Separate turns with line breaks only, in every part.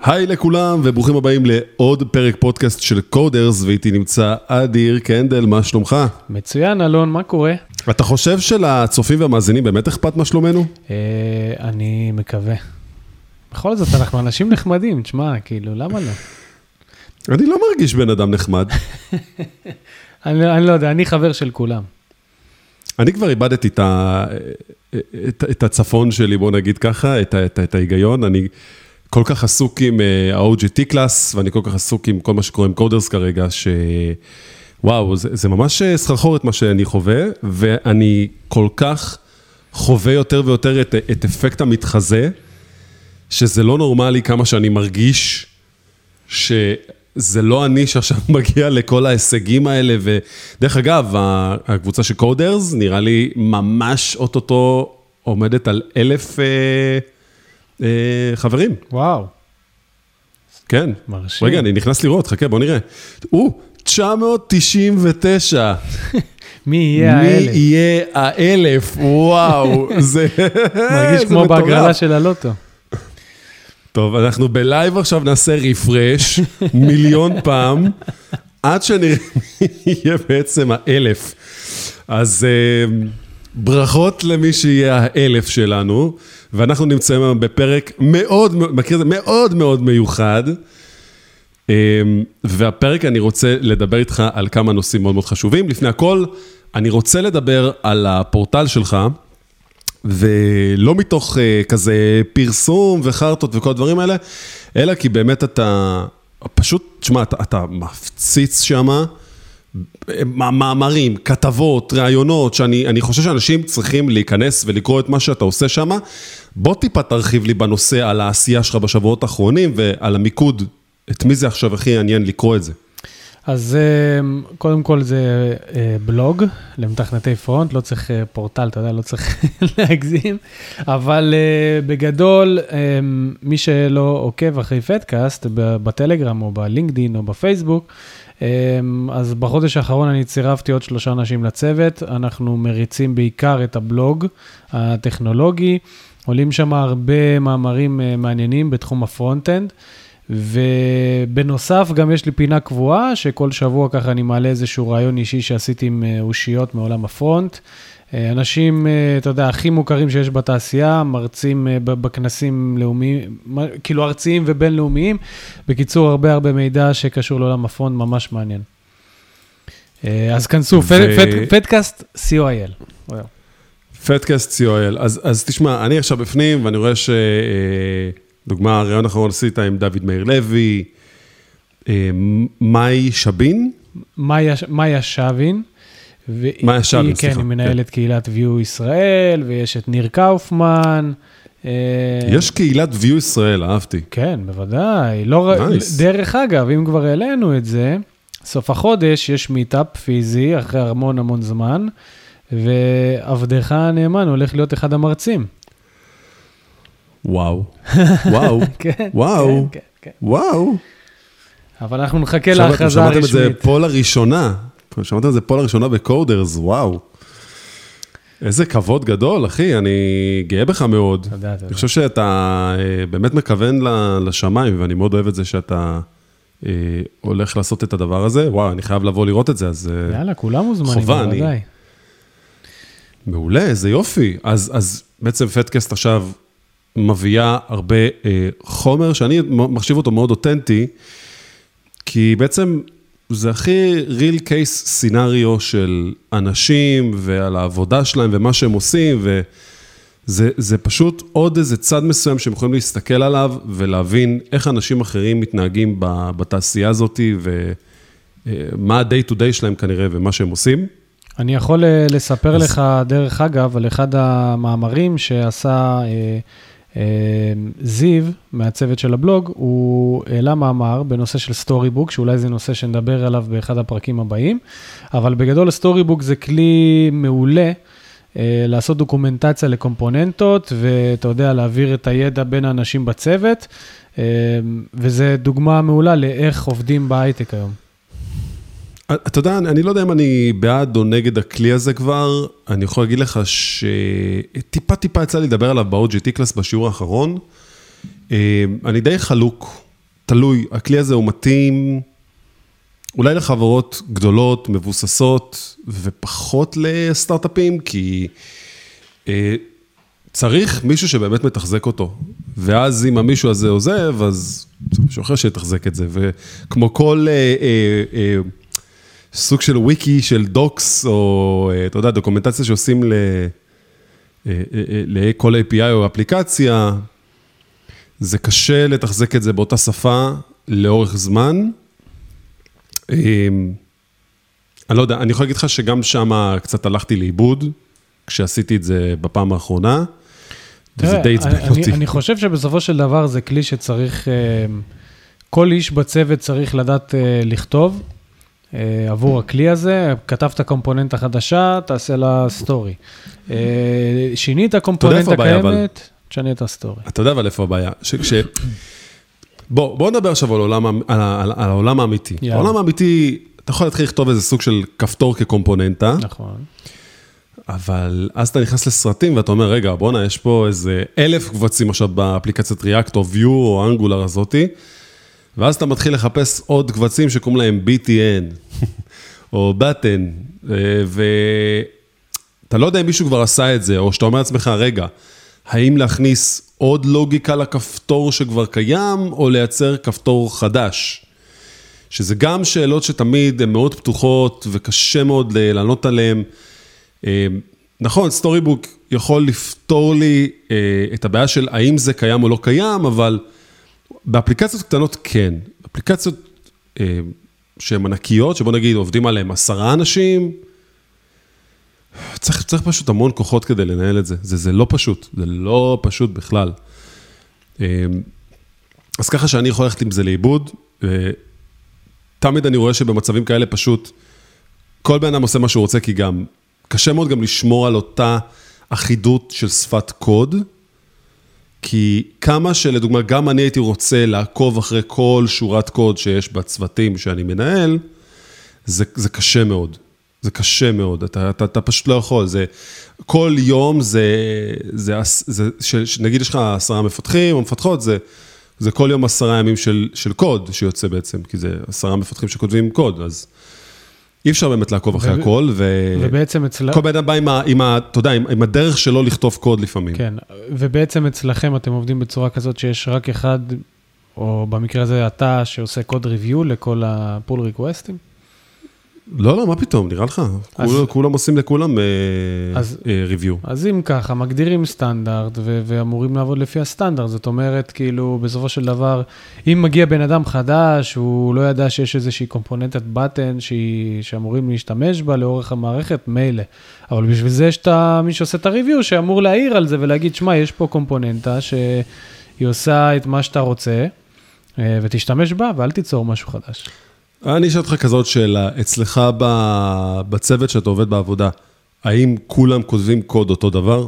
היי לכולם וברוכים הבאים לעוד פרק פודקאסט של קודרס, ואיתי נמצא אדיר קנדל, מה שלומך?
מצוין, אלון, מה קורה?
אתה חושב שלצופים והמאזינים באמת אכפת מה שלומנו?
אני מקווה. בכל זאת, אנחנו אנשים נחמדים, תשמע, כאילו, למה לא?
אני לא מרגיש בן אדם נחמד.
אני לא יודע, אני חבר של כולם.
אני כבר איבדתי את הצפון שלי, בוא נגיד ככה, את ההיגיון. אני כל כך עסוק עם ה-OGT קלאס, ואני כל כך עסוק עם כל מה שקורה עם קודרס כרגע, שוואו, זה ממש סחרחורת מה שאני חווה, ואני כל כך חווה יותר ויותר את אפקט המתחזה, שזה לא נורמלי כמה שאני מרגיש, שזה לא אני שעכשיו מגיע לכל ההישגים האלה, ודרך אגב, הקבוצה של קודרס נראה לי ממש אוטוטו עומדת על 1,000 חברים.
וואו.
כן.
מרשים.
רגע, אני נכנס לראות, חכה, בוא נראה. 999.
מי יהיה ה-1,000?
מי יהיה ה-1,000? וואו, זה
מרגיש כמו בהגרלה של הלוטו.
טוב, אנחנו בלייב עכשיו נעשה רפרש, מיליון פעם, עד שנראה מי יהיה בעצם ה-1,000. אז ברכות למי שיהיה ה-1,000 שלנו, ואנחנו נמצאים היום בפרק מאוד, מכיר זה מאוד מאוד מיוחד, והפרק אני רוצה לדבר איתך על כמה נושאים מאוד מאוד חשובים. לפני הכל, אני רוצה לדבר על הפורטל שלך, ולא מתוך כזה פרסום וחרטות וכל הדברים האלה, אלא כי באמת אתה פשוט, תשמע, אתה מפציץ שמה, מאמרים, כתבות, רעיונות, שאני חושב שאנשים צריכים להיכנס ולקרוא את מה שאתה עושה שמה. בוא טיפה תרחיב לי בנושא על העשייה שלך בשבועות האחרונים, ועל המיקוד, את מי זה עכשיו הכי עניין לקרוא את זה.
אז קודם כל זה בלוג למתכנתי פרונט, לא צריך פורטל, אתה יודע, לא צריך להגזים, אבל בגדול, מי שלא עוקב אחרי פדקאסט, בטלגרם או בלינקדין או בפייסבוק, אז בחודש האחרון אני צירפתי עוד 3 אנשים לצוות, אנחנו מריצים בעיקר את הבלוג הטכנולוגי, עולים שם הרבה מאמרים מעניינים בתחום הפרונט-אנד, ובנוסף גם יש לי פינה קבועה, שכל שבוע ככה אני מעלה איזשהו רעיון אישי שעשיתי עם אושיות מעולם הפרונט, אנשים, אתה יודע, הכי מוכרים שיש בתעשייה, מרצים בכנסים לאומיים, כאילו ארציים ובינלאומיים, בקיצור הרבה מידע שקשור לעולם הפרונט, ממש מעניין. אז כנסו, פדקאסט co.il.
פדקאסט co.il, אז תשמע, אני עכשיו בפנים, ואני רואה דוגמה, הרעיון האחרון עשית עם דוד מאיר לוי, מאי שבין?
מאיה שבין.
מאיה שבין,
סליחה. כן, היא מנהלת קהילת ויו ישראל, ויש את ניר קאופמן.
יש קהילת ויו ישראל, אהבתי.
כן, בוודאי. דרך אגב, אם כבר העלינו את זה, סוף החודש יש מיטאפ פיזי, אחרי המון זמן, ועבדך הנאמן הולך להיות אחד המרצים.
וואו.
אבל אנחנו נחכה להכרזה הרשמית.
שמעתם את זה פה לראשונה בקודרס, וואו. איזה כבוד גדול, אחי, אני גאה בך מאוד.
תודה.
אני חושב שאתה באמת מכוון לשמיים, ואני מאוד אוהב את זה שאתה הולך לעשות את הדבר הזה. וואו, אני חייב לבוא לראות את זה, אז
יאללה, כולם מוזמנים.
חובה, מעולה, איזה יופי. אז בעצם פדקאסט עכשיו מביאה הרבה חומר, שאני מחשיב אותו מאוד אותנטי, כי בעצם זה הכי real case סינריו של אנשים, ועל העבודה שלהם, ומה שהם עושים, וזה פשוט עוד איזה צד מסוים, שהם יכולים להסתכל עליו, ולהבין איך אנשים אחרים מתנהגים בתעשייה הזאת, ומה ה-day to day שלהם כנראה, ומה שהם עושים.
אני יכול לספר לך, דרך אגב, על אחד המאמרים שעשה זיו, מהצוות של הבלוג, הוא העלה מאמר בנושא של סטורי בוק, שאולי זה נושא שנדבר עליו באחד הפרקים הבאים, אבל בגדול סטורי בוק זה כלי מעולה, לעשות דוקומנטציה לקומפוננטות, ואתה יודע, להעביר את הידע בין האנשים בצוות, וזה דוגמה מעולה לאיך עובדים בהייטק היום.
אתה יודע, אני לא יודע אם אני בעד או נגד הכלי הזה כבר, אני יכול להגיד לך שטיפה יצא לי לדבר עליו ב-OGT קלאס בשיעור האחרון, אני די חלוק תלוי, הכלי הזה הוא מתאים, אולי לחברות גדולות, מבוססות, ופחות לסטארט-אפים, כי צריך מישהו שבאמת מתחזק אותו, ואז אם המישהו הזה עוזב, אז צריך מישהו אחר שיתחזק את זה, וכמו כל סוג של וויקי, של דוקס, או אתה יודע, דוקומנטציה שעושים לכל API או אפליקציה, זה קשה לתחזק את זה באותה שפה לאורך זמן. אני לא יודע, אני יכול להגיד לך שגם שם קצת הלכתי לאיבוד, כשעשיתי את זה בפעם האחרונה, וזה די עצבן אותי.
אני חושב שבסופו של דבר זה כלי שצריך, כל איש בצוות צריך לדעת לכתוב, עבור הכלי הזה, כתבת קומפוננטה חדשה, תעשה לה סטורי. שינית קומפוננטה קיימת, תשני את הסטורי.
אתה יודע אבל איפה הבעיה? בוא נדבר עכשיו על העולם האמיתי. העולם האמיתי, אתה יכול להתחיל לכתוב איזה סוג של כפתור כקומפוננטה.
נכון.
אבל אז אתה נכנס לסרטים ואתה אומר, רגע, בוא'נה, יש פה איזה 1000 קבצים עכשיו באפליקציית React או Vue או Angular הזאתי, ואז אתה מתחיל לחפש עוד קבצים שקוראים להם BTN או button, ואתה לא יודע אם מישהו כבר עשה את זה, או שאתה אומר לעצמך, רגע, האם להכניס עוד לוגיקה לכפתור שכבר קיים, או לייצר כפתור חדש? שזה גם שאלות שתמיד הן מאוד פתוחות, וקשה מאוד לענות עליהן. נכון, סטוריבוק יכול לפתור לי את הבעיה של האם זה קיים או לא קיים, אבל באפליקציות קטנות כן. באפליקציות שהן ענקיות, שבוא נגיד עובדים עליהן 10 אנשים, צריך פשוט המון כוחות כדי לנהל את זה. זה לא פשוט, זה לא פשוט בכלל. אז ככה שאני יכול ללכת עם זה לאיבוד, תמיד אני רואה שבמצבים כאלה פשוט, כל בן אדם עושה מה שהוא רוצה, כי גם קשה מאוד גם לשמור על אותה אחידות של שפת קוד, כי כמה שלדוגמה, גם אני הייתי רוצה לעקוב אחרי כל שורת קוד שיש בצוותים שאני מנהל, זה קשה מאוד. זה קשה מאוד, אתה פשוט לא יכול, כל יום נגיד יש לך 10 מפתחים או מפתחות, זה כל יום 10 ימים של קוד שיוצא בעצם, כי זה 10 מפתחים שכותבים קוד, אז אי אפשר באמת לעקוב אחרי הכל,
ובעצם אצלכם,
כל בן אדם בא עם הדרך שלו לכתוב קוד לפעמים.
כן, ובעצם אצלכם אתם עובדים בצורה כזאת שיש רק אחד, או במקרה הזה אתה שעושה קוד ריוויו לכל הפול ריקווסטים?
לא, מה פתאום, נראה לך. כולם עושים לכולם ריוויו.
אז אם ככה, מגדירים סטנדרט, ואמורים לעבוד לפי הסטנדרט, זאת אומרת, כאילו, בסופו של דבר, אם מגיע בן אדם חדש, הוא לא ידע שיש איזושהי קומפוננטת בטן, שאמורים להשתמש בה לאורך המערכת, מילא. אבל בשביל זה יש מי שעושה את הריוויו, שאמור להעיר על זה ולהגיד, שמה, יש פה קומפוננטה שהיא עושה את מה שאתה רוצה, ותשתמש בה, ואל תיצור משהו חדש.
אני אשאל אותך כזאת שאלה, אצלך בצוות שאתה עובד בעבודה, האם כולם כותבים קוד אותו דבר?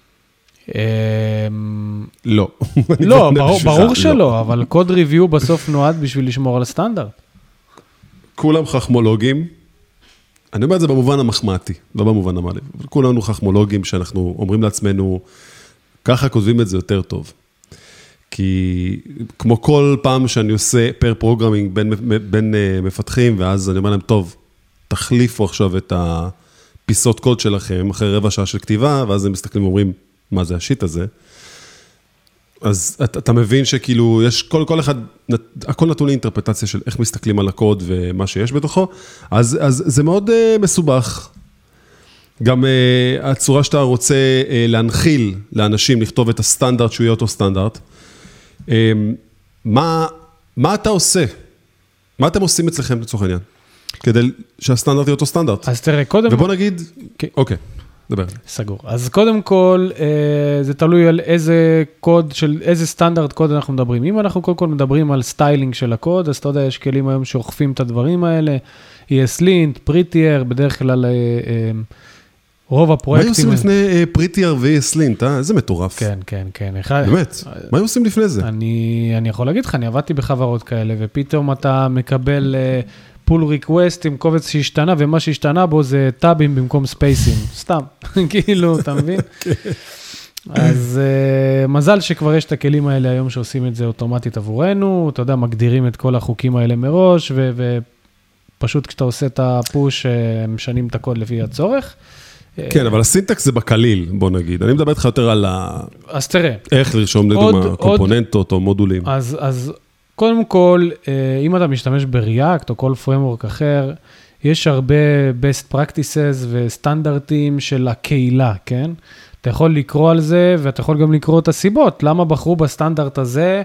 לא.
לא, ברור שלא, אבל קוד ריוויו בסוף נועד בשביל לשמור על הסטנדרט.
כולם חכמולוגים, אני אומר את זה במובן המחמאתי, לא במובן המעליב, אבל כולנו חכמולוגים שאנחנו אומרים לעצמנו, ככה כותבים את זה יותר טוב. כי כמו כל פעם שאני עושה פר פרוגרמינג בין מפתחים, ואז אני אומר להם, טוב, תחליפו עכשיו את הפיסות קוד שלכם, אחרי 15 דקות של כתיבה, ואז הם מסתכלים ואומרים, מה זה השיט הזה? אז אתה מבין שכאילו, יש כל אחד, הכל נתון לאינטרפרטציה של איך מסתכלים על הקוד ומה שיש בתוכו, אז זה מאוד מסובך. גם הצורה שאתה רוצה להנחיל לאנשים, לכתוב את הסטנדרט, שהוא יהיה אותו סטנדרט, מה אתה עושה? מה אתם עושים אצלכם לצורך העניין? כדי שהסטנדרט יהיה אותו סטנדרט.
אז תראה, קודם...
ובוא נגיד... אוקיי, דבר.
סגור. אז קודם כל, זה תלוי על איזה קוד, איזה סטנדרט קוד אנחנו מדברים. אם אנחנו קודם כל מדברים על סטיילינג של הקוד, אז אתה יודע, יש כלים היום שאוכפים את הדברים האלה, ESLint, Prettier, בדרך כלל... רוב הפרויקטים...
מה עושים לפני Prettier ו-ESLint, איזה מטורף.
כן, כן, כן.
באמת, מה עושים לפני זה?
אני יכול להגיד לך, אני עבדתי בחברות כאלה, ופתאום אתה מקבל פול ריקווסט עם קובץ שהשתנה, ומה שהשתנה בו זה טאבים במקום ספייסים, סתם, כאילו, אתה מבין? אז מזל שכבר יש את הכלים האלה היום שעושים את זה אוטומטית עבורנו, אתה יודע, מגדירים את כל החוקים האלה מראש, ופשוט כשאתה עושה את הפוש, משנים את הקוד לפי הצורך.
כן, אבל הסינטקס זה בקליל, בוא נגיד. אני מדבר איתך יותר על
אז תראה.
איך לרשום לדוגמה קומפוננטות או מודולים.
אז קודם כל, אם אתה משתמש בריאקט או כל פריימוורק אחר, יש הרבה best practices וסטנדרטים של הקהילה, כן? אתה יכול לקרוא על זה, ואתה יכול גם לקרוא את הסיבות. למה בחרו בסטנדרט הזה?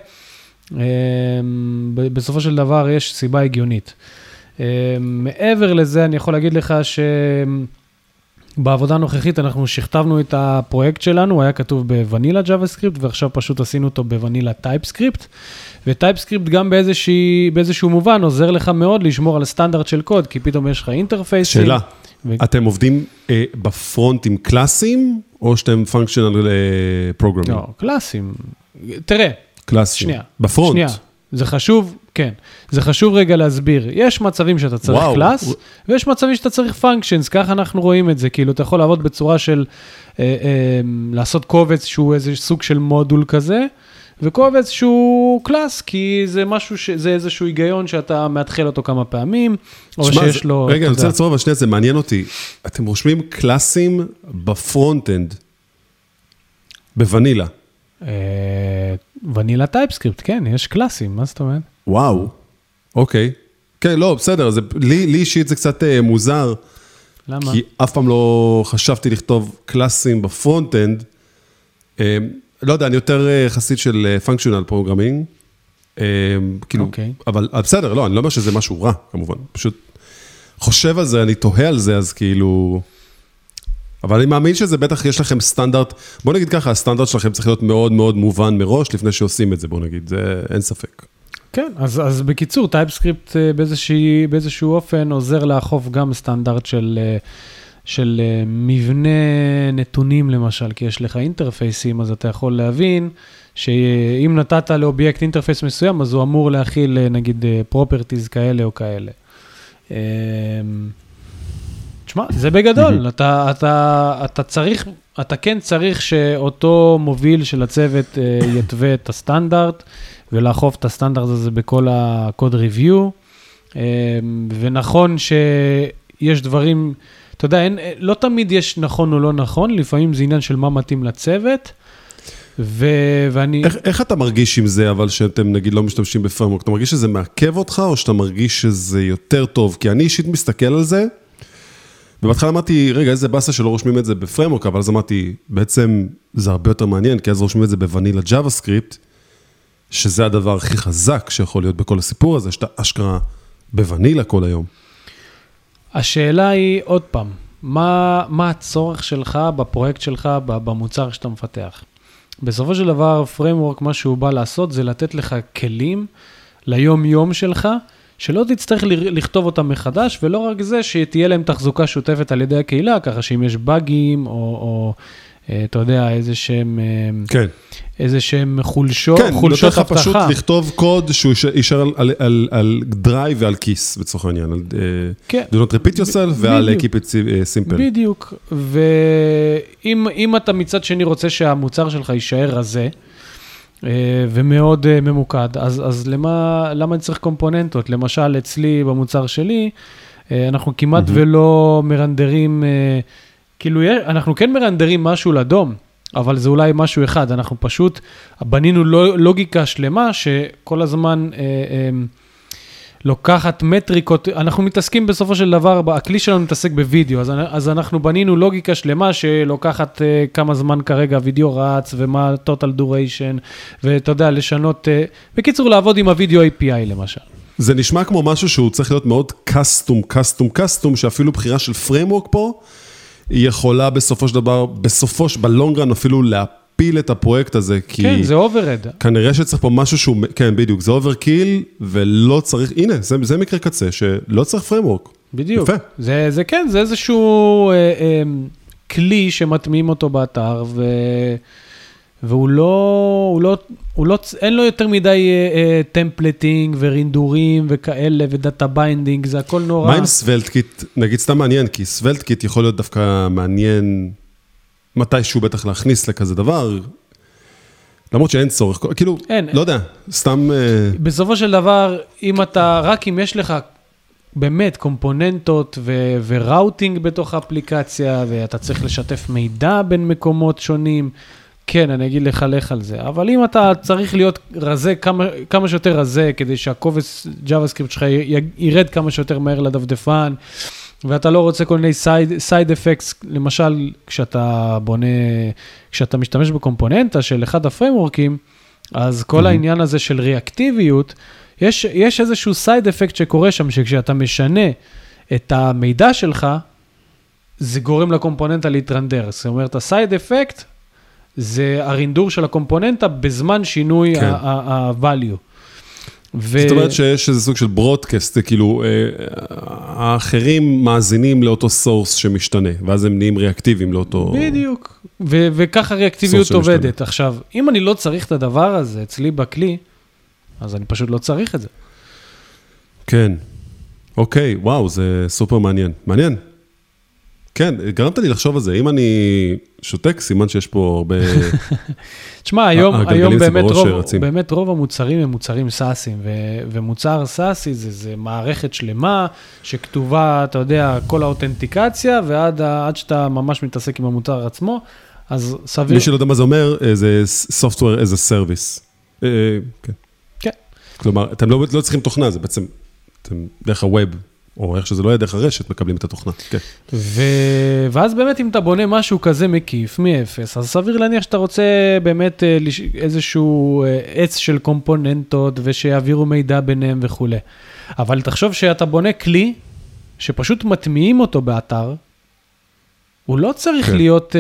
בסופו של דבר יש סיבה הגיונית. מעבר לזה, אני יכול להגיד לך שבעבודה הנוכחית אנחנו שכתבנו את הפרויקט שלנו, הוא היה כתוב בוונילה JavaScript, ועכשיו פשוט עשינו אותו בוונילה TypeScript, וטייפסקריפט גם באיזשהו מובן עוזר לך מאוד לשמור על סטנדרט של קוד, כי פתאום יש לך אינטרפייסים.
שאלה, אתם עובדים בפרונט עם קלאסים, או שאתם פונקשיונל פרוגרמינג?
לא, קלאסים. תראה,
קלאסים.
שנייה.
בפרונט.
שנייה. זה חשוב, כן. זה חשוב רגע להסביר. יש מצבים שאתה צריך קלאס, ויש מצבים שאתה צריך פונקשיונס, ככה אנחנו רואים את זה. כאילו, אתה יכול לעבוד בצורה של לעשות קובץ שהוא איזה סוג של מודול כזה, וקובץ שהוא קלאס, כי זה משהו, זה איזשהו היגיון שאתה מאתחל אותו כמה פעמים, או שיש לו...
רגע, אני רוצה לצור, אבל שנייה, זה מעניין אותי. אתם רושמים קלאסים בפרונט-אנד, בוונילה.
ונילה טייפסקריפט, כן, יש קלאסים, מה זאת אומרת?
וואו, אוקיי. כן, לא, בסדר, לי אישית זה קצת מוזר.
למה?
כי אף פעם לא חשבתי לכתוב קלאסים בפרונט-אנד, לא יודע, אני יותר חסיד של פונקשיונל פרוגרמינג, כאילו, אבל בסדר, לא, אני לא אומר שזה משהו רע, כמובן, פשוט חושב על זה, אני תוהה על זה, אז כאילו, אבל אני מאמין שזה בטח יש לכם סטנדרט, בוא נגיד ככה, הסטנדרט שלכם צריך להיות מאוד מאוד מובן מראש, לפני שעושים את זה, בוא נגיד, זה אין ספק.
כן, אז בקיצור, טייפסקריפט באיזשהו אופן עוזר לאכוף גם סטנדרט של מבנה נתונים למשל, כי יש לך אינטרפייסים, אז אתה יכול להבין שאם נתת לאובייקט אינטרפייס מסוים, אז הוא אמור להכיל נגיד פרופרטיז כאלה או כאלה. תשמע, זה בגדול, אתה כן צריך שאותו מוביל של הצוות יתווה את הסטנדרט, ולאכוף את הסטנדרט הזה בכל הקוד ריוויו, ונכון שיש דברים, אתה יודע, לא תמיד יש נכון או לא נכון, לפעמים זה עניין של מה מתאים לצוות, ואני...
איך אתה מרגיש עם זה, אבל שאתם נגיד לא משתמשים בפרמורק? אתה מרגיש שזה מעכב אותך, או שאתה מרגיש שזה יותר טוב? כי אני אישית מסתכל על זה, ובהתחלה אמרתי, רגע, איזה באסה שלא רושמים את זה בפרמורק, אבל אז אמרתי, בעצם זה הרבה יותר מעניין, כי אז רושמים את זה בוונילה JavaScript, שזה הדבר הכי חזק שיכול להיות בכל הסיפור הזה, שאתה אשכרה בוונילה כל היום.
השאלה היא עוד פעם, מה הצורך שלך בפרויקט שלך, במוצר שאתה מפתח? בסופו של דבר, פריימוורק, מה שהוא בא לעשות, זה לתת לך כלים ליום-יום שלך, שלא תצטרך לכתוב אותם מחדש, ולא רק זה, שתהיה להם תחזוקה שוטפת על ידי הקהילה, ככה שאם יש באגים, או אתה יודע, איזה שהם חולשות הבטחה.
כן, פשוט לכתוב קוד שהוא יישאר על דרייב ועל כיס, בצורך העניין.
כן.
Do not repeat yourself ועל keep it simple.
בדיוק. ואם אתה מצד שני רוצה שהמוצר שלך יישאר רזה, ומאוד ממוקד, אז למה אני צריך קומפוננטות? למשל, אצלי במוצר שלי, אנחנו כמעט ולא מרנדרים, כאילו, אנחנו כן מרנדרים משהו לדום, אבל זה אולי משהו אחד, אנחנו פשוט בנינו לוגיקה שלמה, שכל הזמן לוקחת מטריקות, אנחנו מתעסקים בסופו של דבר, הכלי שלנו מתעסק בווידאו, אז אנחנו בנינו לוגיקה שלמה, שלוקחת כמה זמן כרגע הווידאו רץ, ומה total duration, ואתה יודע, לשנות, בקיצור, לעבוד עם הווידאו API למשל.
זה נשמע כמו משהו שהוא צריך להיות מאוד קסטום, שאפילו בחירה של פריימוורק פה, היא יכולה בסופו של דבר, בלונגרן אפילו להפיל את הפרויקט הזה, כי...
כן, זה אוברד.
כנראה שצריך פה משהו שהוא, כן, בדיוק, זה אוברקיל, ולא צריך, הנה, זה מקרה קצה, שלא צריך פריימוורק.
בדיוק. יפה. זה כן, זה איזשהו כלי שמטמיעים אותו באתר, והוא לא, אין לו יותר מדי טמפלטינג ורינדורים וכאלה ודאטה ביינדינג, זה הכל נורא.
מה עם סוולטקיט? נגיד סתם מעניין, כי סוולטקיט יכול להיות דווקא מעניין מתישהו בטח להכניס לכזה דבר, למרות שאין צורך, כאילו, לא יודע, סתם...
בסופו של דבר, רק אם יש לך באמת קומפוננטות וראוטינג בתוך האפליקציה, ואתה צריך לשתף מידע בין מקומות שונים, כן, אני אגיד לך על זה. אבל אם אתה צריך להיות רזה, כמה שיותר רזה, כדי שהקובץ JavaScript שלך ירד כמה שיותר מהר לדפדפן, ואתה לא רוצה כל מיני side effects, למשל, כשאתה משתמש בקומפוננטה של אחד הפריימוורקים, אז כל העניין הזה של ריאקטיביות, יש איזשהו side effect שקורה שם, שכשאתה משנה את המידע שלך, זה גורם לקומפוננטה להתרנדר. זאת אומרת, ה-side effect זה הרינדור של הקומפוננטה בזמן שינוי ה-value.
זאת אומרת שיש איזה סוג של ברודקאסט, זה כאילו, האחרים מאזינים לאותו סורס שמשתנה, ואז הם נהיים ריאקטיביים לאותו...
בדיוק, וככה ריאקטיביות עובדת. עכשיו, אם אני לא צריך את הדבר הזה אצלי בכלי, אז אני פשוט לא צריך את זה.
כן, אוקיי, וואו, זה סופר מעניין. מעניין. כן, גרמת לי לחשוב על זה. אם אני שותק, סימן שיש פה הרבה...
תשמע, היום באמת רוב המוצרים הם מוצרים סאסים, ומוצר סאסי זה מערכת שלמה שכתובה, אתה יודע, כל האותנטיקציה, ועד שאתה ממש מתעסק עם המוצר עצמו, אז סביר...
מי שלא יודע מה זה אומר, זה software as a service. כן.
כן.
כלומר, אתם לא צריכים תוכנה, זה בעצם, אתם דרך הווב, או איך שזה לא יהיה דרך הרשת, מקבלים את התוכנה. כן.
ואז באמת אם אתה בונה משהו כזה מקיף, מ-0, אז סביר להניח שאתה רוצה באמת איזשהו עץ של קומפוננטות, ושיעבירו מידע ביניהם וכו'. אבל תחשוב שאתה בונה כלי, שפשוט מטמיעים אותו באתר, הוא לא צריך להיות,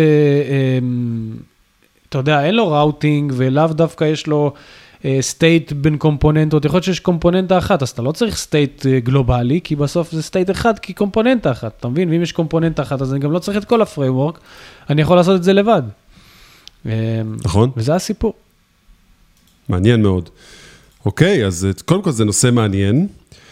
אתה יודע, אין לו ראוטינג, ולאו דווקא יש לו סטייט בין קומפוננטות, יכול להיות שיש קומפוננטה אחת, אז אתה לא צריך סטייט גלובלי, כי בסוף זה סטייט אחד, כי קומפוננטה אחת, אתה מבין? ואם יש קומפוננטה אחת, אז אני גם לא צריך את כל הפריימוורק, אני יכול לעשות את זה לבד.
נכון.
וזה הסיפור.
מעניין מאוד. אוקיי, אז קודם כל זה נושא מעניין.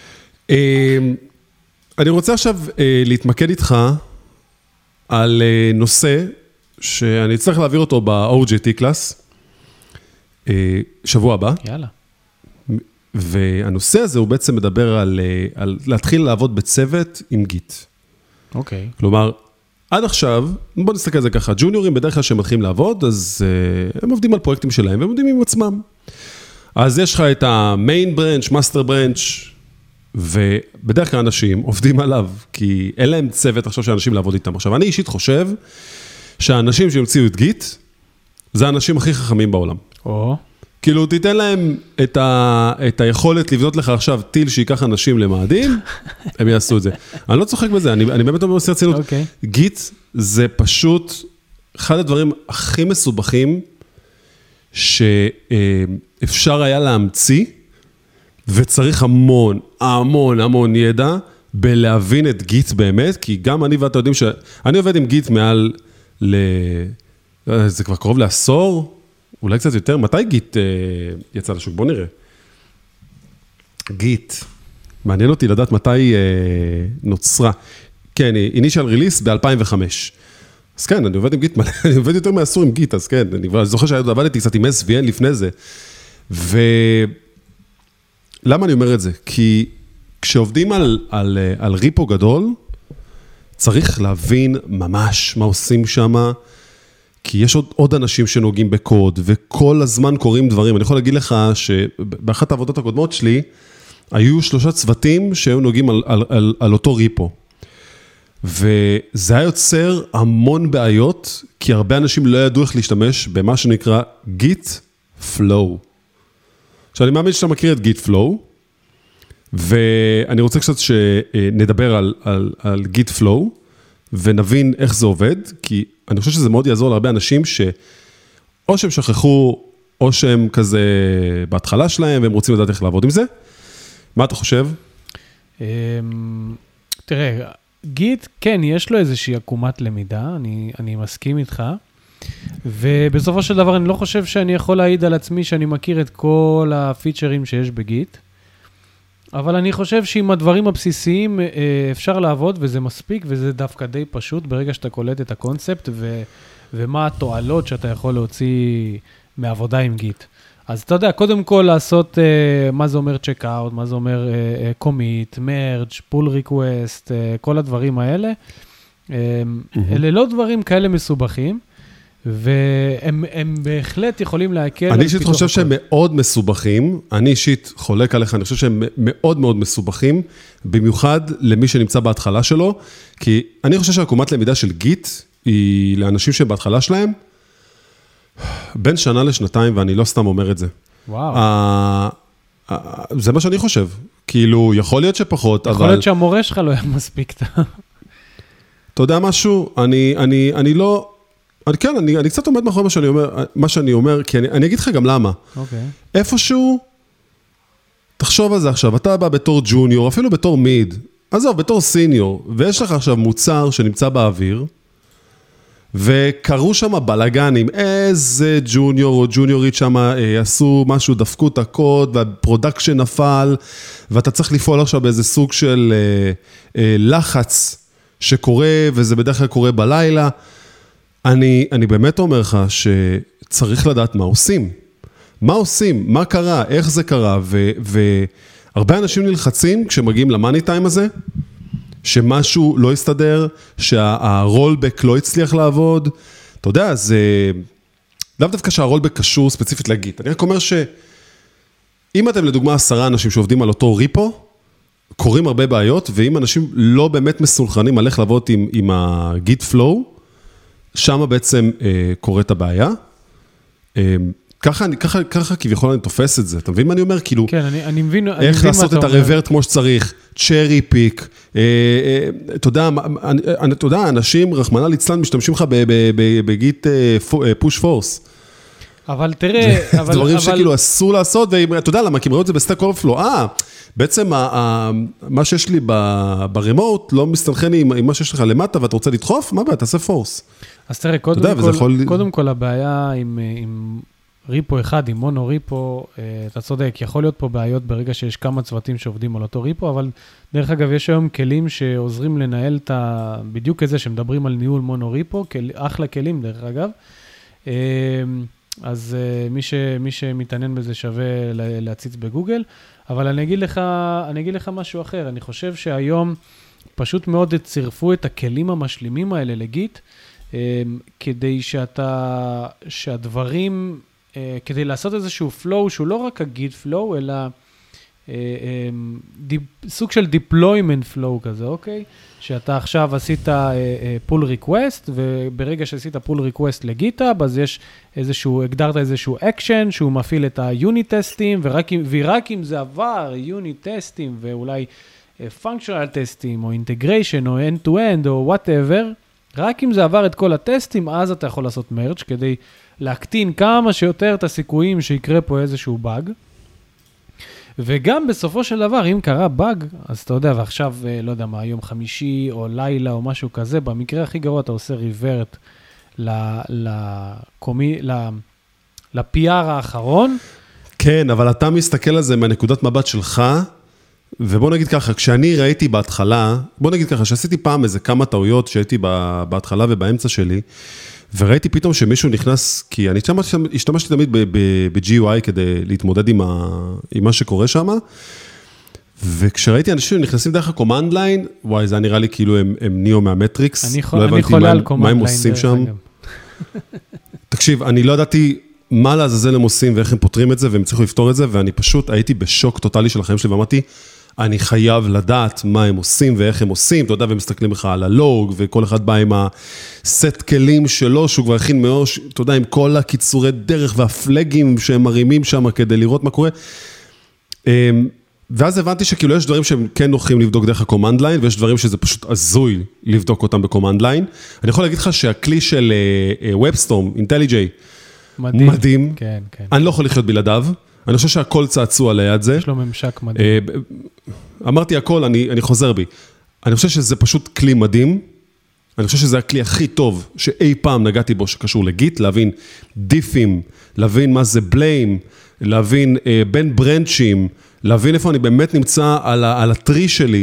אני רוצה עכשיו להתמקד איתך על נושא שאני צריך להעביר אותו ב-OJT קלאס, שבוע הבא.
יאללה.
והנושא הזה הוא בעצם מדבר על להתחיל לעבוד בצוות עם גיט.
אוקיי.
כלומר, עד עכשיו, בוא נסתכל על זה ככה, ג'וניורים בדרך כלל שהם מתחילים לעבוד, אז הם עובדים על פרויקטים שלהם, והם עובדים עם עצמם. אז יש לך את המיין ברנץ', מאסטר ברנץ', ובדרך כלל אנשים עובדים עליו, כי אין להם צוות עכשיו של אנשים לעבוד איתם. עכשיו, אני אישית חושב שהאנשים שהמציאו את גיט, זה האנשים הכי חכמים בעולם. כאילו, תיתן להם את היכולת לבנות לך עכשיו טיל שיקח אנשים למאדים, הם יעשו את זה. אני לא צוחק בזה, אני באמת אומר עושה רצינות. גיט זה פשוט אחד הדברים הכי מסובכים שאפשר היה להמציא, וצריך המון ידע בלהבין את גיט באמת, כי גם אני ואתה יודעים שאני עובד עם גיט מעל זה כבר קרוב לעשור, אולי קצת יותר. מתי גיט יצא לשוק? בוא נראה. גיט. מעניין אותי לדעת מתי נוצרה. כן, Initial Release ב-2005. אז כן, אני עובד עם גיט, אני עובד יותר מעשור עם גיט, אז כן, אני זוכר שעבדתי קצת עם SVN לפני זה. למה אני אומר את זה? כי כשעובדים על ריפו גדול, צריך להבין ממש מה עושים שם, כי יש עוד אנשים שנוגעים בקוד, וכל הזמן קוראים דברים. אני יכול להגיד לך שבאחת העבודות הקודמות שלי, היו 3 צוותים שהיו נוגעים על אותו ריפו. וזה היה יוצר המון בעיות, כי הרבה אנשים לא ידעו איך להשתמש במה שנקרא Git Flow. עכשיו, אני מאמין שאתה מכיר את Git Flow, ואני רוצה קצת שנדבר על Git Flow, ונבין איך זה עובד, כי אני חושב שזה מאוד יעזור להרבה אנשים שאו שהם שכחו, או שהם כזה בהתחלה שלהם, והם רוצים לדעת איך לעבוד עם זה. מה אתה חושב?
תראה, גיט, כן, יש לו איזושהי עקומת למידה, אני מסכים איתך, ובסופו של דבר אני לא חושב שאני יכול להעיד על עצמי שאני מכיר את כל הפיצ'רים שיש בגיט, אבל אני חושב שעם הדברים הבסיסיים אפשר לעבוד, וזה מספיק, וזה דווקא די פשוט, ברגע שאתה קולט את הקונספט, ומה התועלות שאתה יכול להוציא מעבודה עם גיט. אז אתה יודע, קודם כל לעשות מה זה אומר צ'ק-אאוט, מה זה אומר קומיט, מרג', פול ריקווסט, כל הדברים האלה. אלה לא דברים כאלה מסובכים, והם בהחלט יכולים להקל.
אני אישית חושב שהם מאוד מסובכים, אני אישית חולק עליך, אני חושב שהם מאוד מאוד מסובכים, במיוחד למי שנמצא בהתחלה שלו, כי אני חושב שהעקומת למידה של גיט, היא לאנשים שבהתחלה שלהם, בין שנה לשנתיים, ואני לא סתם אומר את זה.
וואו.
זה מה שאני חושב. כאילו, יכול להיות שפחות, אבל...
יכול להיות שהמורה שלך לא היה מספיק.
אתה יודע משהו? אני לא... כן, אני קצת עומד מאחורי מה שאני אומר, כי אני אגיד לך גם למה.
אוקיי.
איפשהו, תחשוב על זה עכשיו, אתה בא בתור ג'וניור, אפילו בתור מיד, עזוב, בתור סיניור, ויש לך עכשיו מוצר שנמצא באוויר, וקראו שם בלגנים, איזה ג'וניור או ג'וניורית שם עשו משהו, דפקו את הקוד, והפרודקשן נפל, ואתה צריך לפעול עכשיו באיזה סוג של לחץ שקורה, וזה בדרך כלל קורה בלילה. אני באמת אומר לך שצריך לדעת מה עושים. מה עושים? מה קרה? איך זה קרה? והרבה אנשים נלחצים כשמגיעים למאני טיים הזה, שמשהו לא יסתדר, שהרולבק לא הצליח לעבוד. אתה יודע, זה... לאו דווקא שהרולבק קשור ספציפית לגיט. אני רק אומר שאם אתם לדוגמה 10 אנשים שעובדים על אותו ריפו, קורים הרבה בעיות, ואם אנשים לא באמת מסולחנים על איך לעבוד עם הגיט פלואו, שם בעצם קורית הבעיה. ככה כביכול אני תופס את זה. אתה מבין מה אני אומר? כאילו,
כן, אני מבין.
איך לעשות את הרוורט כמו שצריך, צ'רי פיק. אתה יודע, אנשים, רחמנא ליצלן, משתמשים לך בגיט פוש פורס.
אבל תראה,
דברים שכאילו אסור לעשות, ואתה יודע למה, כי ראו את זה בסטק אוברפלו. בעצם מה שיש לי ברימוט לא מסתנכן עם מה שיש לך למטה, ואתה רוצה לדחוף, מה בעיה? תעשה פורס.
אז תראה, קודם כל הבעיה עם ריפו אחד, עם מונו ריפו, אתה צודק, יכול להיות פה בעיות ברגע שיש כמה צוותים שעובדים על אותו ריפו, אבל דרך אגב, יש היום כלים שעוזרים לנהל בדיוק את זה, שמדברים על ניהול מונו ריפו, אחלה כלים דרך אגב. אז מי שמתעניין בזה שווה להציץ בגוגל, אבל אני אגיד לך משהו אחר, אני חושב שהיום פשוט מאוד צירפו את הכלים המשלימים האלה לגיט, כדי שהדברים, כדי לעשות איזשהו flow, שהוא לא רק הגיט flow, אלא סוג של deployment flow כזה, אוקיי? שאתה עכשיו עשית pull request, וברגע שעשית pull request לגיטאב, אז יש הגדרת איזשהו action, שהוא מפעיל את ה-unit טסטים, ורק אם זה עבר unit טסטים, ואולי functional טסטים, או integration, או end-to-end, או whatever, רק אם זה עבר את כל הטסטים, אז אתה יכול לעשות merge, כדי להקטין כמה שיותר את הסיכויים שיקרה פה איזשהו באג. וגם בסופו של דבר, אם קרה באג, אז אתה יודע, ועכשיו, לא יודע מה, יום חמישי או לילה או משהו כזה, במקרה הכי גרוע אתה עושה ריברט ל-PR האחרון.
כן, אבל אתה מסתכל על זה מהנקודת מבט שלך, ובוא נגיד ככה, כשאני ראיתי בהתחלה, בוא נגיד ככה, שעשיתי פעם איזה כמה טעויות שהייתי בהתחלה ובאמצע שלי, וראיתי פתאום שמישהו נכנס, כי אני השתמשתי תמיד ב-GUI כדי להתמודד עם מה שקורה שם, וכשראיתי אנשים נכנסים דרך ה-command line, וואי, זה נראה לי כאילו הם ניאו מהמטריקס, לא הבנתי מה הם עושים שם. תקשיב, אני לא ידעתי מה לעזאזל הם עושים ואיך הם פותרים את זה, והם צריכו לפתור את זה, ואני פשוט הייתי בשוק טוטלי של החיים שלי, ואמרתי, אני חייב לדעת מה הם עושים ואיך הם עושים, אתה יודע, והם מסתכלים לך על הלוג, וכל אחד בא עם הסט כלים שלו, שהוא כבר הכין מאוש, אתה יודע, עם כל הקיצורי דרך והפלגים שהם מרימים שם כדי לראות מה קורה. ואז הבנתי שכאילו יש דברים שהם כן נוחים לבדוק דרך ה-command line, ויש דברים שזה פשוט הזוי לבדוק אותם ב-command line. אני יכול להגיד לך שהכלי של WebStorm, IntelliJ, מדהים.
כן, כן.
אני לא יכול לחיות בלעדיו. אני חושב שהכל צעצוע ליד זה.
יש לו ממשק מדהים.
אמרתי הכל, אני חוזר בי. אני חושב שזה פשוט כלי מדהים. אני חושב שזה הכלי הכי טוב שאי פעם נגעתי בו שקשור לגיט, להבין דיפים, להבין מה זה בליים, להבין בין ברנצ'ים, להבין איפה אני באמת נמצא על הטרי שלי.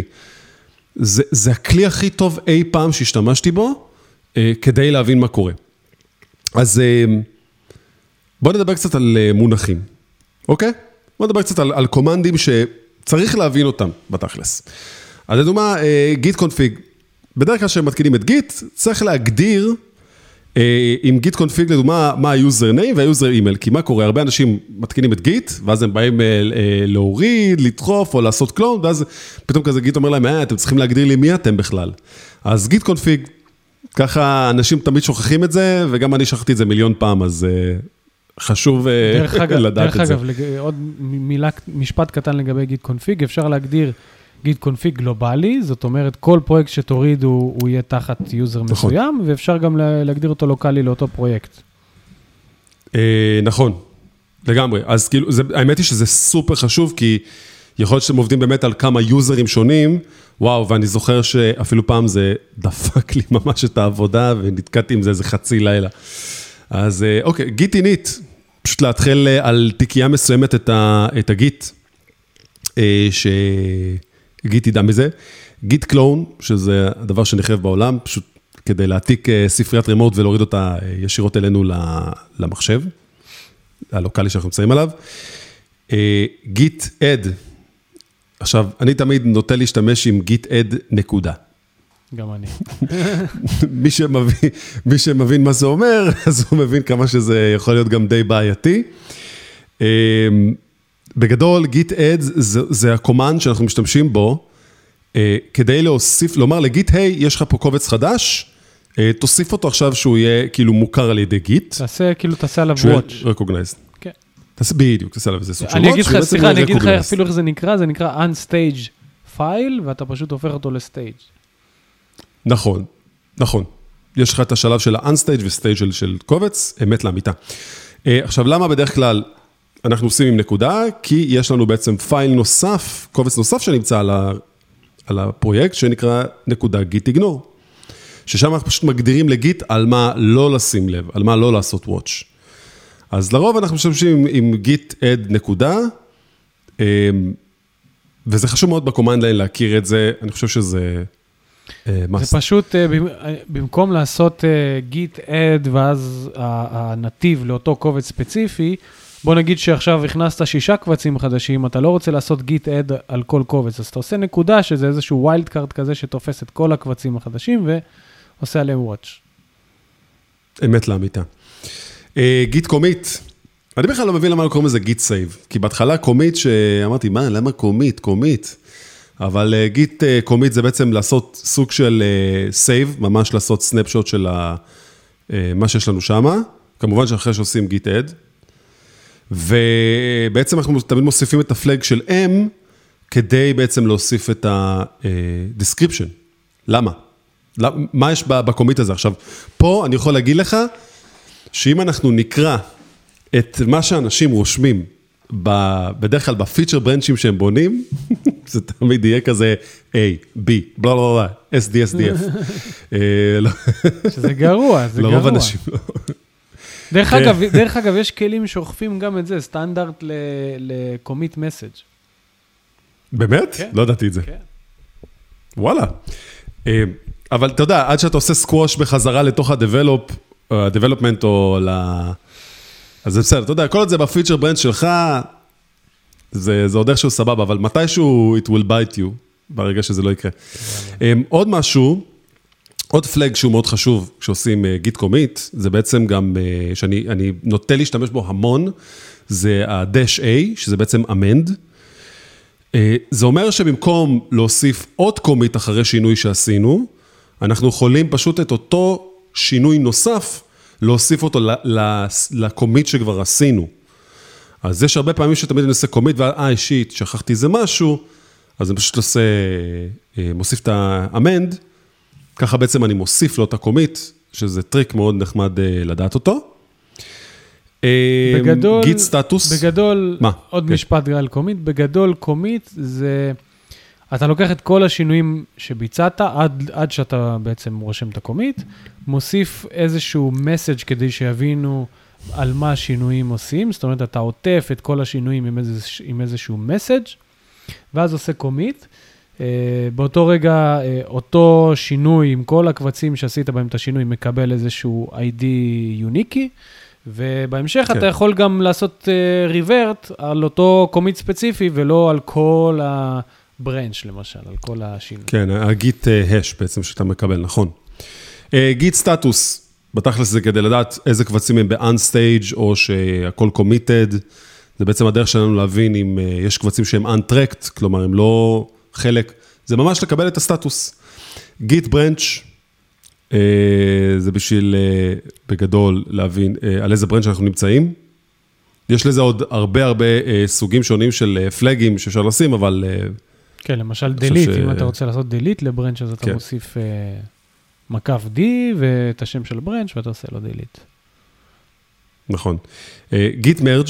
זה הכלי הכי טוב אי פעם שהשתמשתי בו, כדי להבין מה קורה. אז בוא נדבר קצת על מונחים, אוקיי? בוא נדבר קצת על קומנדים שצריך להבין אותם בתכלס. אז לדוגמה, גיט קונפיג. בדרך כלל שמתקינים את גיט, צריך להגדיר עם גיט קונפיג, לדוגמה, מה היוזר ניים והיוזר אימייל. כי מה קורה? הרבה אנשים מתקינים את גיט, ואז הם באים להוריד, לדחוף או לעשות קלון, ואז פתאום כזה גיט אומר להם, אתם צריכים להגדיר לי מי אתם בכלל. אז גיט קונפיג, ככה אנשים תמיד שוכחים את זה, וגם אני שכחתי את זה מיליון פעם, אז חשוב לדעת את זה.
דרך אגב, עוד משפט קטן לגבי גיט קונפיג, אפשר להגדיר גיט קונפיג גלובלי, זאת אומרת, כל פרויקט שתוריד הוא יהיה תחת יוזר מסוים, ואפשר גם להגדיר אותו לוקלי לאותו פרויקט.
נכון, לגמרי. אז כאילו, האמת היא שזה סופר חשוב, כי יכול להיות שאתם עובדים באמת על כמה יוזרים שונים, וואו, ואני זוכר שאפילו פעם זה דפק לי ממש את העבודה, ונתקעתי עם זה איזה חצי לילה. אז אוקיי, גיט אינית, פשוט להתחיל על תיקייה מסוימת את הגיט, גיט ידע מזה, גיט קלון, שזה הדבר שנחרב בעולם, פשוט כדי להעתיק ספריית רימוט ולהוריד אותה ישירות אלינו למחשב, הלוקלי שאנחנו נמצאים עליו. גיט אד, עכשיו, אני תמיד נוטה להשתמש עם גיט אד נקודה.
גם אני.
מי שמבין מה זה אומר, אז הוא מבין כמה שזה יכול להיות גם די בעייתי. בגדול, גיט אד זה הקומנד שאנחנו משתמשים בו, כדי להוסיף, לומר לגיט, היי, יש לך פה קובץ חדש, תוסיף אותו עכשיו שהוא יהיה כאילו מוכר על ידי גיט.
תעשה עליו watch.
recognized.
כן.
בדיוק, תעשה עליו איזה סוג של watch.
אני אגיד לך אפילו איך זה נקרא, זה נקרא unstage file, ואתה פשוט הופך אותו לסטייג'.
נכון, נכון. יש לך את השלב של ה-unstage וסטייג' של קובץ, אמת לאמיתה. עכשיו, למה בדרך כלל אנחנו עושים עם נקודה? כי יש לנו בעצם פייל נוסף, קובץ נוסף שנמצא על הפרויקט, שנקרא נקודה git ignore, ששם אנחנו פשוט מגדירים לגיט על מה לא לשים לב, על מה לא לעשות watch. אז לרוב אנחנו משתמשים עם git add נקודה, וזה חשוב מאוד בקומנד ליין להכיר את זה, אני חושב שזה
זה פשוט, במקום לעשות git add ואז הנתיב לאותו קובץ ספציפי, בוא נגיד שעכשיו הכנסת 6 קבצים חדשים, אתה לא רוצה לעשות git add על כל קובץ, אז אתה עושה נקודה שזה איזשהו ווילד קארד כזה שתופס את כל הקבצים החדשים ועושה עליהם watch.
אמת לאמיתה. git commit, אני בכלל לא מבין למה קוראים לזה git save, כי בהתחלה commit שאמרתי, מה, למה commit? אבל גיט קומיט זה בעצם לעשות סוג של save, ממש לעשות סנפשוט של מה שיש לנו שם, כמובן שאחרי שעושים גיט add, ובעצם אנחנו תמיד מוסיפים את הפלג של M, כדי בעצם להוסיף את ה-description. למה? מה יש בקומיט הזה? עכשיו, פה אני יכול להגיד לך, שאם אנחנו נקרא את מה שאנשים רושמים, בדרך כלל בפיצ'ר ברנצ'ים שהם בונים, זה תמיד יהיה כזה A, B, בלה בלה בלה, SD, SDF.
שזה גרוע, זה גרוע.
לרוב אנשים לא.
דרך אגב, יש כלים שאוכפים גם את זה, סטנדרט לקומיט מסאג'. באמת?
לא ידעתי את זה. וואלה. אבל אתה יודע, עד שאתה עושה סקווש בחזרה לתוך ה-development או אז זה בסדר, אתה יודע, כל את זה בפיצ'ר ברנץ' שלך, זה עוד איכשהו סבבה, אבל מתישהו it will bite you, ברגע שזה לא יקרה. עוד משהו, עוד פלג שהוא מאוד חשוב, כשעושים git commit, זה בעצם גם, שאני נוטה להשתמש בו המון, זה ה--A, שזה בעצם amend. זה אומר שבמקום להוסיף עוד commit אחרי שינוי שעשינו, אנחנו יכולים פשוט את אותו שינוי נוסף, להוסיף אותו לקומיט שכבר עשינו. אז יש הרבה פעמים שתמיד אני עושה קומיט, אישית, שכחתי איזה משהו, אז אני פשוט מוסיף את האמנד, ככה בעצם אני מוסיף לו את הקומיט, שזה טריק מאוד נחמד לדעת אותו. גיט סטטוס.
בגדול, עוד משפט על קומיט, בגדול קומיט זה, אתה לוקח את כל השינויים שביצעת, עד שאתה בעצם רושם את הקומיט, מוסיף איזשהו מסאג' כדי שיבינו על מה השינויים עושים, זאת אומרת, אתה עוטף את כל השינויים עם איזשהו מסאג', ואז עושה קומיט, באותו רגע, אותו שינוי, עם כל הקבצים שעשית בהם את השינוי, מקבל איזשהו ID יוניקי, ובהמשך אתה יכול גם לעשות ריברט על אותו קומיט ספציפי, ולא על כל הברנץ' למשל, על כל השינוי.
כן, הגיט הש בעצם שאתה מקבל, נכון. גיט סטטוס, בתכלס זה כדי לדעת איזה קבצים הם ב-unstage, או שהכל committed, זה בעצם הדרך שלנו להבין אם יש קבצים שהם untracked, כלומר הם לא חלק, זה ממש לקבל את הסטטוס. גיט ברנץ', זה בשביל בגדול להבין על איזה ברנץ' אנחנו נמצאים. יש לזה עוד הרבה סוגים שונים של פלגים שאפשר לשים, אבל...
כן, למשל דליט, אם אתה רוצה לעשות דליט לברנץ' אז אתה מוסיף מקף D ואת השם של ברנץ' ואתה עושה לו דליט.
נכון. גיט מרג'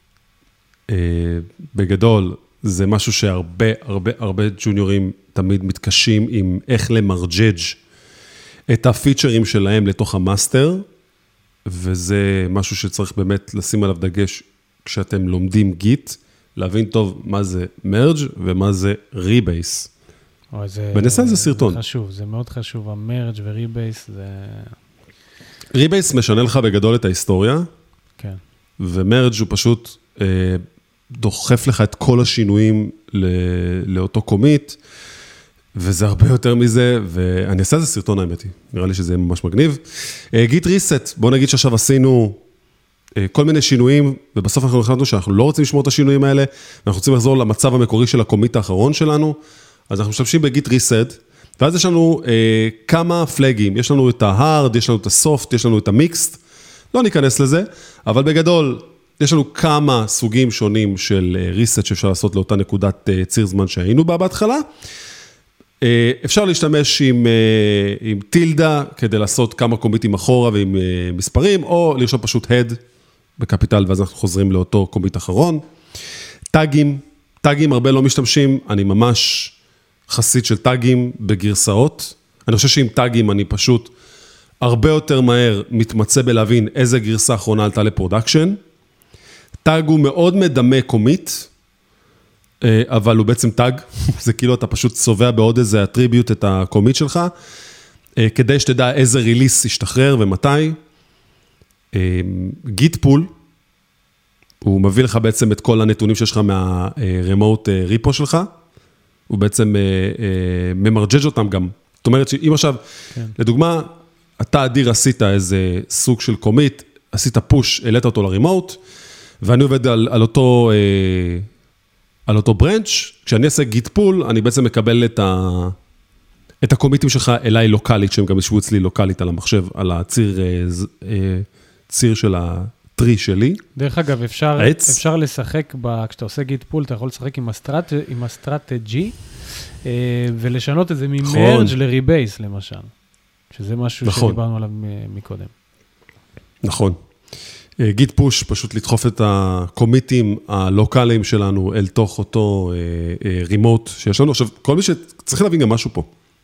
בגדול זה משהו שהרבה ג'וניורים תמיד מתקשים עם איך למרג'ג' את הפיצ'רים שלהם לתוך המאסטר, וזה משהו שצריך באמת לשים עליו דגש כשאתם לומדים גיט, להבין טוב מה זה מרג' ומה זה ריבייס. בנסה זה סרטון.
זה חשוב, זה מאוד חשוב, המרג' וריבייס זה...
ריבייס משנה לך בגדול את ההיסטוריה,
כן.
ומרג' הוא פשוט דוחף לך את כל השינויים לאותו קומיט, וזה הרבה יותר מזה, ואני אעשה את זה סרטון האמת היא, נראה לי שזה ממש מגניב. גיט ריסט, בוא נגיד שעכשיו עשינו כל מיני שינויים, ובסוף אנחנו החלטנו שאנחנו לא רוצים לשמור את השינויים האלה, ואנחנו רוצים לחזור למצב המקורי של הקומיט האחרון שלנו, אז אנחנו משתמשים בגיט ריסט, ואז יש לנו כמה פלגים, יש לנו את ההארד, יש לנו את הסופט, יש לנו את המיקסט, לא ניכנס לזה, אבל בגדול, יש לנו כמה סוגים שונים של ריסט שאפשר לעשות לאותה נקודת ציר זמן שהיינו בה בהתחלה. אפשר להשתמש עם טילדה כדי לעשות כמה קומיטים אחורה ועם מספרים, או לרשום פשוט head בקפיטל, ואז אנחנו חוזרים לאותו קומיט אחרון. טאגים הרבה לא משתמשים, אני ממש חסיד של טאגים בגרסאות. אני חושב שעם טאגים אני פשוט הרבה יותר מהר מתמצא בלהבין איזה גרסה האחרונה עלתה לפרודקשן. טאג הוא מאוד מדמה קומיט, אבל הוא בעצם טאג, זה כאילו אתה פשוט צובע בעוד איזה אטריביוט את הקומיט שלך, כדי שתדע איזה ריליס ישתחרר ומתי. גיט פול, הוא מביא לך בעצם את כל הנתונים שיש לך מהרמוט ריפו שלך, הוא בעצם ממרג'ג' אותם גם. זאת אומרת שאם עכשיו, לדוגמה, אתה אדיר עשית איזה סוג של קומיט, עשית פוש, העלית אותו לרימוט, ואני עובד על אותו ברנץ', כשאני אעשה גיט פול, אני בעצם מקבל את הקומיטים שלך אליי לוקלית, שהם גם ישבו אצלי לוקלית על המחשב, על הציר של הטרי שלי.
דרך אגב, אפשר לשחק, כשאתה עושה גיט פול, אתה יכול לשחק עם הסטרטג'י, ולשנות את זה ממרג' לריבייס, למשל. שזה משהו שדיברנו עליו מקודם.
נכון. גיט פוש, פשוט לדחוף את הקומיטים הלוקליים שלנו אל תוך אותו רימוט שיש לנו. עכשיו, כל מי שצריך להבין גם משהו פה.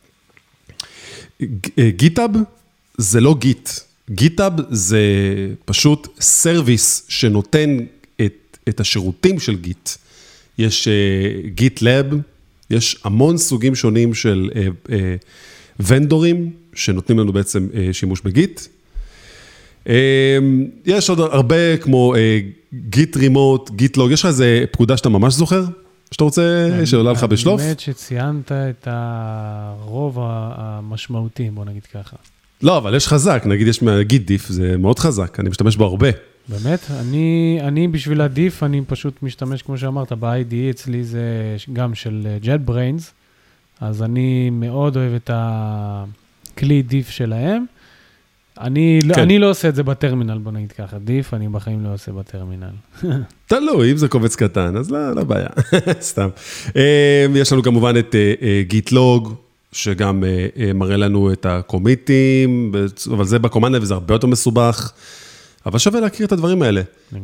גיטאב זה לא גיט. גיטאב זה פשוט סרוויס שנותן את השירותים של גיט. יש גיט לב, יש המון סוגים שונים של ונדורים שנותנים לנו בעצם שימוש בגיט. יש עוד הרבה כמו גיט רימוט, גיט לוג, יש לך איזה פקודה שאתה ממש זוכר? שאתה רוצה שעולה לך בשלוף?
באמת שציינת את הרוב המשמעותיים, בוא נגיד ככה.
לא, אבל יש חזק, נגיד יש גיט דיף, זה מאוד חזק, אני משתמש בו הרבה.
באמת? אני בשביל הדיף, אני פשוט משתמש, כמו שאמרת, ב-ID אצלי זה גם של JetBrains, אז אני מאוד אוהב את הכלי דיף שלהם. אני לא עושה את זה בטרמינל, בוא נגיד ככה, דיף, אני בחיים לא עושה בטרמינל.
תלוי, אם זה קובץ קטן, אז לא בעיה, סתם. יש לנו כמובן את גיטלוג, שגם מראה לנו את הקומיטים, אבל זה בקומנד וזה הרבה יותר מסובך, אבל שווה להכיר את הדברים האלה.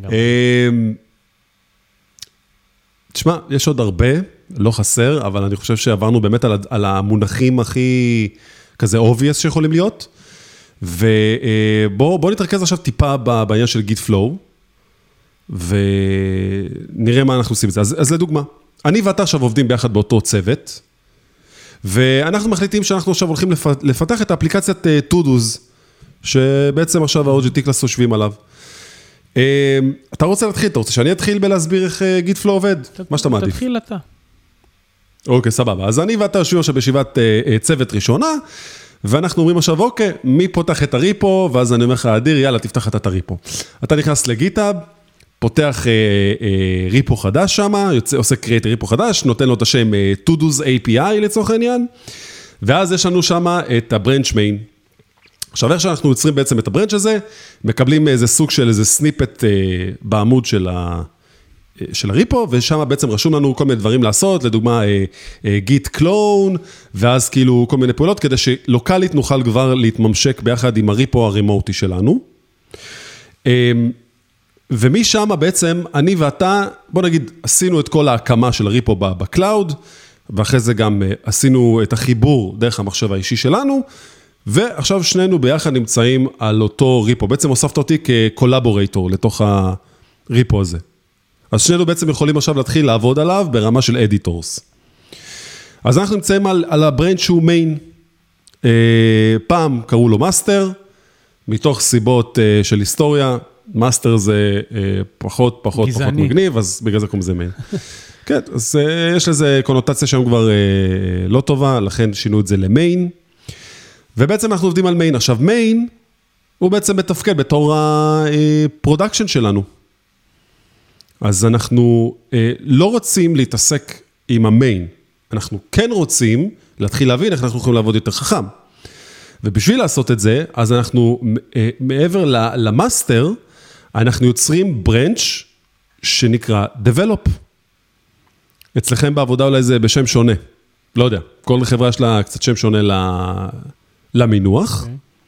תשמע, יש עוד הרבה, לא חסר, אבל אני חושב שעברנו באמת על המונחים הכי כזה obvious שיכולים להיות, ובואו נתרכז עכשיו טיפה בעניין של גיט פלואו, ונראה מה אנחנו עושים את זה. אז לדוגמה, אני ואתה עכשיו עובדים ביחד באותו צוות, ואנחנו מחליטים שאנחנו עכשיו הולכים לפתח את האפליקציית Todo's, שבעצם עכשיו ה-OGT קלאס חושבים עליו. אתה רוצה להתחיל? אתה רוצה שאני אתחיל בלהסביר איך גיטפלו עובד? מה שאתה מעדיף.
תתחיל אתה.
אוקיי, סבבה. אז אני ואתה יושבים עכשיו בישיבת צוות ראשונה, ואנחנו אומרים עכשיו, אוקיי, מי פותח את הריפו? ואז אני אומר לך, אדיר, יאללה, תפתח את הריפו. אתה נכנס לגיטאב, פותח ריפו חדש שם, עושה קריאט ריפו חדש, נותן לו את השם Todo's API לצורך העניין, ואז יש לנו שם את הברנץ' מיין. עכשיו, איך שאנחנו יוצרים בעצם את הברנץ' הזה, מקבלים איזה סוג של איזה סניפט בעמוד של הריפו, ושם בעצם רשום לנו כל מיני דברים לעשות, לדוגמה גיט קלון, ואז כאילו כל מיני פעולות, כדי שלוקלית נוכל כבר להתממשק ביחד עם הריפו הרימוטי שלנו. ומשם בעצם אני ואתה, בוא נגיד, עשינו את כל ההקמה של הריפו בקלאוד, ואחרי זה גם עשינו את החיבור דרך המחשב האישי שלנו, ועכשיו שנינו ביחד נמצאים על אותו ריפו. בעצם הוספת אותי כקולאבורייטור לתוך הריפו הזה. אז שנינו בעצם יכולים עכשיו להתחיל לעבוד עליו ברמה של אדיטורס. אז אנחנו נמצאים על הברנץ' שהוא מיין. פעם קראו לו מאסטר, מתוך סיבות של היסטוריה, מאסטר זה פחות מגניב, אז בגלל זה קוראים לזה מיין. כן, אז יש לזה קונוטציה שם כבר לא טובה, לכן שינו את זה למיין. ובעצם אנחנו עובדים על מיין. עכשיו, מיין הוא בעצם מתפקד בתור הפרודקשן שלנו. אז אנחנו לא רוצים להתעסק עם המיין. אנחנו כן רוצים להתחיל להבין איך אנחנו יכולים לעבוד יותר חכם. ובשביל לעשות את זה, אז אנחנו מעבר למאסטר, אנחנו יוצרים ברנץ' שנקרא Develop. אצלכם בעבודה אולי זה בשם שונה. לא יודע, כל חברה יש לה קצת שם שונה למינוח.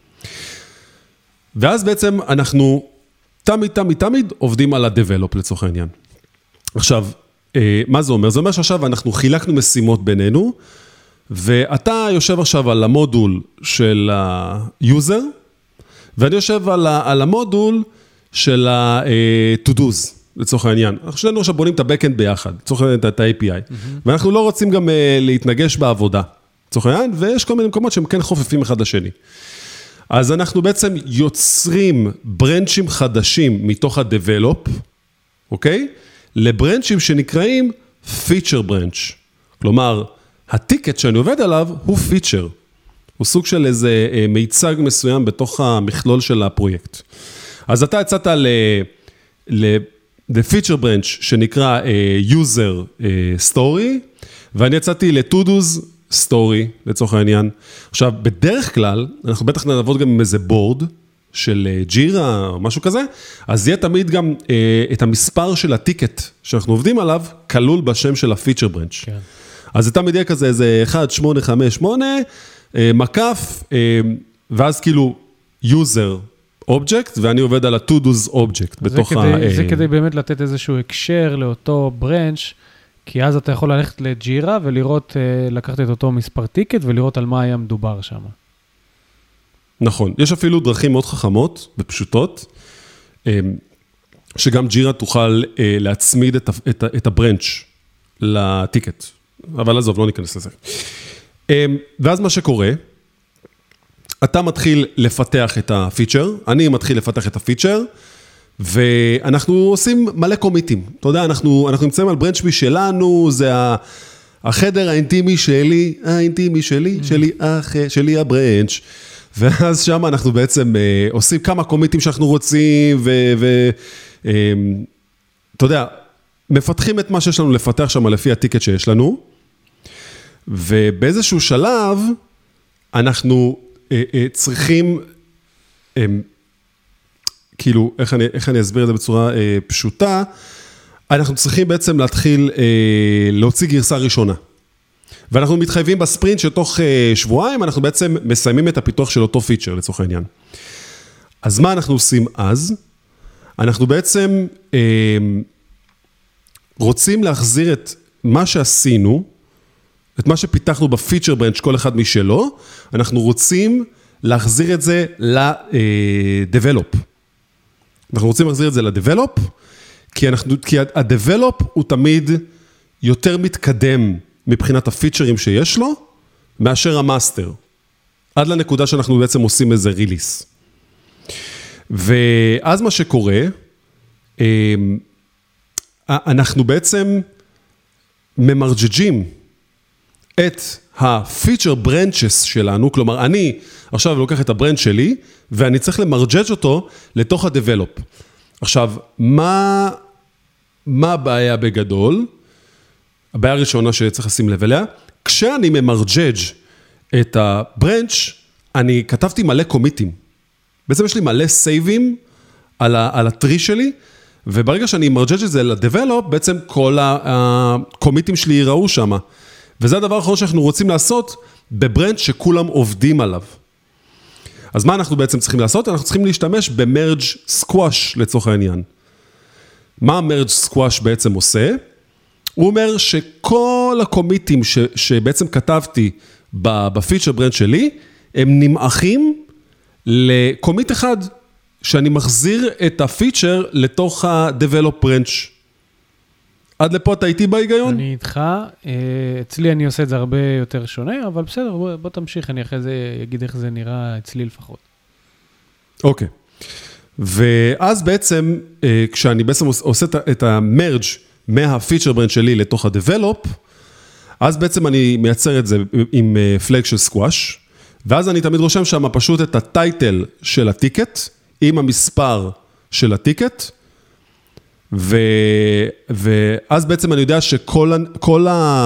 ואז בעצם אנחנו תמיד עובדים על ה-Develop לצורך העניין. עכשיו, מה זה אומר? זה אומר שעכשיו אנחנו חילקנו משימות בינינו, ואתה יושב עכשיו על המודול של ה-user, ואני יושב על המודול של ה-to-do's, לצורך העניין. אנחנו שנינו עכשיו בונים את ה-backend ביחד, לצורך העניין את ה-API, ואנחנו לא רוצים גם להתנגש בעבודה, לצורך העניין, ויש כל מיני מקומות שהם כן חופפים אחד לשני. אז אנחנו בעצם יוצרים ברנצ'ים חדשים מתוך ה-develop, אוקיי? לברנצ'ים שנקראים feature branch. כלומר, הטיקט שאני עובד עליו הוא feature. הוא סוג של איזה מיצג מסוים בתוך המכלול של הפרויקט. אז אתה יצאת the feature branch שנקרא user story, ואני יצאתי ל-Todo's story, לצורך העניין. עכשיו, בדרך כלל, אנחנו בטח נעבוד גם עם איזה בורד של ג'ירה או משהו כזה, אז יהיה תמיד גם את המספר של הטיקט שאנחנו עובדים עליו, כלול בשם של ה-feature branch. כן. אז זה תמיד יהיה כזה, איזה 1858, מקף, ואז כאילו user object, ואני עובד על ה-Todo's object בתוך
זה כדי באמת לתת איזשהו הקשר לאותו branch, כי אז אתה יכול ללכת לג'ירה ולראות, לקחת את אותו מספר טיקט ולראות על מה היה מדובר שם.
נכון. יש אפילו דרכים מאוד חכמות ופשוטות, שגם ג'ירה תוכל להצמיד את הברנץ' לטיקט. אבל עזוב, לא ניכנס לזה. ואז מה שקורה, אתה מתחיל לפתח את הפיצ'ר, אני מתחיל לפתח את הפיצ'ר, ואנחנו עושים מלא קומיטים. אתה יודע, אנחנו נמצאים על ברנץ' משלנו, זה החדר האינטימי שלי, שלי הברנץ', ואז שם אנחנו בעצם עושים כמה קומיטים שאנחנו רוצים, אתה יודע, מפתחים את מה שיש לנו לפתח שם לפי הטיקט שיש לנו, ובאיזשהו שלב אנחנו צריכים, כאילו, איך אני אסביר את זה בצורה פשוטה, אנחנו צריכים בעצם להתחיל להוציא גרסה ראשונה. ואנחנו מתחייבים בספרינט שתוך שבועיים אנחנו בעצם מסיימים את הפיתוח של אותו פיצ'ר לצורך העניין. אז מה אנחנו עושים אז? אנחנו בעצם רוצים להחזיר את מה שעשינו, את מה שפיתחנו בפיצ'ר ברנץ' כל אחד משלו, אנחנו רוצים להחזיר את זה ל-develop. אנחנו רוצים להחזיר את זה ל-develop, כי ה-develop הוא תמיד יותר מתקדם מבחינת הפיצ'רים שיש לו, מאשר המאסטר. עד לנקודה שאנחנו בעצם עושים איזה ריליס. ואז מה שקורה, אנחנו בעצם ממרג'ג'ים את הפיצ'ר ברנצ'ס שלנו, כלומר אני עכשיו לוקח את הברנץ' שלי, ואני צריך למרג'ג' אותו לתוך הדבלופ. עכשיו, מה הבעיה בגדול? הבעיה הראשונה שצריך לשים לב אליה, כשאני ממרג'ג' את הברנץ', אני כתבתי מלא קומיטים. בעצם יש לי מלא סייבים על הטרי שלי, וברגע שאני מרג'ג' את זה לדבלופ, בעצם כל הקומיטים שלי ייראו שם. וזה הדבר האחרון שאנחנו רוצים לעשות בברנץ' שכולם עובדים עליו. אז מה אנחנו בעצם צריכים לעשות? אנחנו צריכים להשתמש במרג' סקואש לצורך העניין. מה המרג' סקואש בעצם עושה? הוא אומר שכל הקומיטים שבעצם כתבתי בפיצ'ר ברנץ' שלי, הם נמעכים לקומיט אחד, שאני מחזיר את הפיצ'ר לתוך ה-develop branch. עד לפה אתה איתי בהיגיון?
אני איתך, אצלי אני עושה את זה הרבה יותר שונה, אבל בסדר, בוא תמשיך, אני אחרי זה אגיד איך זה נראה אצלי לפחות.
אוקיי. ואז בעצם, כשאני בעצם עושה את המרג' מהפיצ'ר ברנץ' שלי לתוך ה-develop, אז בעצם אני מייצר את זה עם פלאג של סקואש, ואז אני תמיד רושם שם פשוט את הטייטל של הטיקט, עם המספר של הטיקט, ואז בעצם אני יודע שכל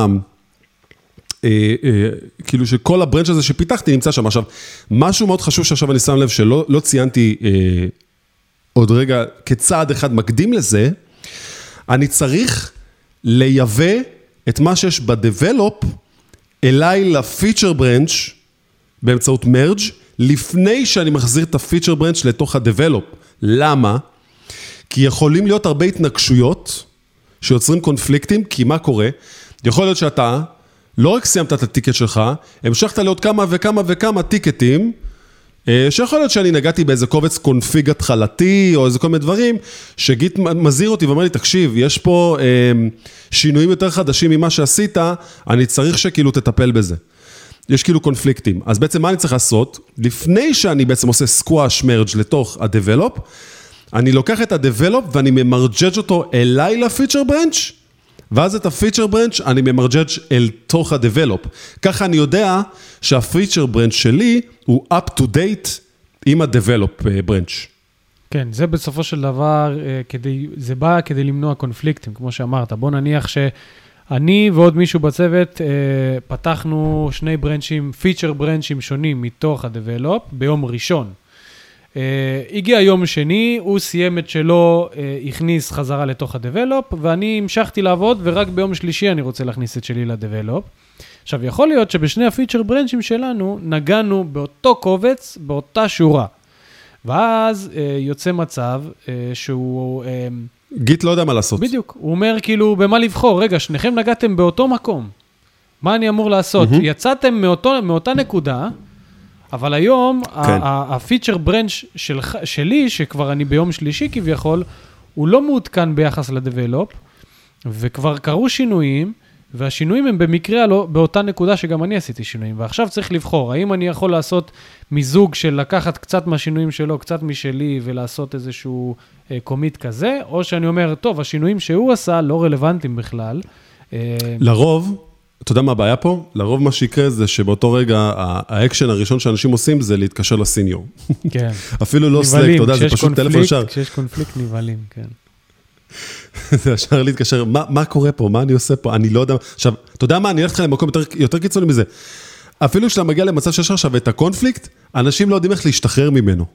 כאילו שכל הברנץ' הזה שפיתחתי נמצא שם. עכשיו, משהו מאוד חשוב שעכשיו אני שם לב שלא ציינתי עוד רגע כצעד אחד מקדים לזה, אני צריך לייבא את מה שיש בדבלופ אליי לפיצ'ר ברנץ' באמצעות מרג' לפני שאני מחזיר את הפיצ'ר ברנץ' לתוך הדבלופ. למה? כי יכולים להיות הרבה התנגשויות שיוצרים קונפליקטים, כי מה קורה? יכול להיות שאתה לא רק סיימת את הטיקט שלך, המשכת לעוד כמה וכמה וכמה טיקטים, שיכול להיות שאני נגעתי באיזה קובץ קונפיג התחלתי, או איזה כל מיני דברים, שגיט מזהיר אותי ואומר לי, תקשיב, יש פה שינויים יותר חדשים ממה שעשית, אני צריך שכאילו תטפל בזה. יש כאילו קונפליקטים. אז בעצם מה אני צריך לעשות? לפני שאני בעצם עושה סקואש מרג' לתוך הדבלופ, אני לוקח את הדבלופ ואני ממרג'ג' אותו אליי לפיצ'ר ברנץ', ואז את הפיצ'ר ברנץ' אני ממרג'ג' אל תוך הדבלופ. ככה אני יודע שהפיצ'ר ברנץ' שלי הוא up to date עם הדבלופ ברנץ'.
כן, זה בסופו של דבר, זה בא כדי למנוע קונפליקטים, כמו שאמרת. בוא נניח שאני ועוד מישהו בצוות פתחנו שני ברנצ'ים, פיצ'ר ברנצ'ים שונים מתוך הדבלופ ביום ראשון. הגיע יום שני, הוא סיים את שלו, הכניס חזרה לתוך הדבלופ, ואני המשכתי לעבוד, ורק ביום שלישי אני רוצה להכניס את שלי לדבלופ. עכשיו, יכול להיות שבשני הפיצ'ר ברנצ'ים שלנו, נגענו באותו קובץ, באותה שורה. ואז יוצא מצב שהוא...
גיט לא יודע מה לעשות.
בדיוק, הוא אומר כאילו, במה לבחור? רגע, שניכם נגעתם באותו מקום. מה אני אמור לעשות? יצאתם מאותה נקודה, אבל היום, הפיצ'ר ברנץ' שלי, שכבר אני ביום שלישי כביכול, הוא לא מעודכן ביחס לדבלופ, וכבר קרו שינויים, והשינויים הם במקרה באותה נקודה שגם אני עשיתי שינויים, ועכשיו צריך לבחור, האם אני יכול לעשות מיזוג של לקחת קצת מהשינויים שלו, קצת משלי, ולעשות איזשהו קומיט כזה, או שאני אומר, טוב, השינויים שהוא עשה לא רלוונטיים בכלל.
לרוב, אתה יודע מה הבעיה פה? לרוב מה שיקרה זה שבאותו רגע, האקשן הראשון שאנשים עושים זה להתקשר לסיניור.
כן.
אפילו לא סלק, אתה יודע, זה פשוט טלפון ישר.
כשיש קונפליקט נבהלים, כן.
זה ישר להתקשר, מה קורה פה? מה אני עושה פה? אני לא יודע. עכשיו, אתה יודע מה? אני הולך לך למקום יותר קיצוני מזה. אפילו שאתה מגיע למצב שיש עכשיו את הקונפליקט, אנשים לא יודעים איך להשתחרר ממנו.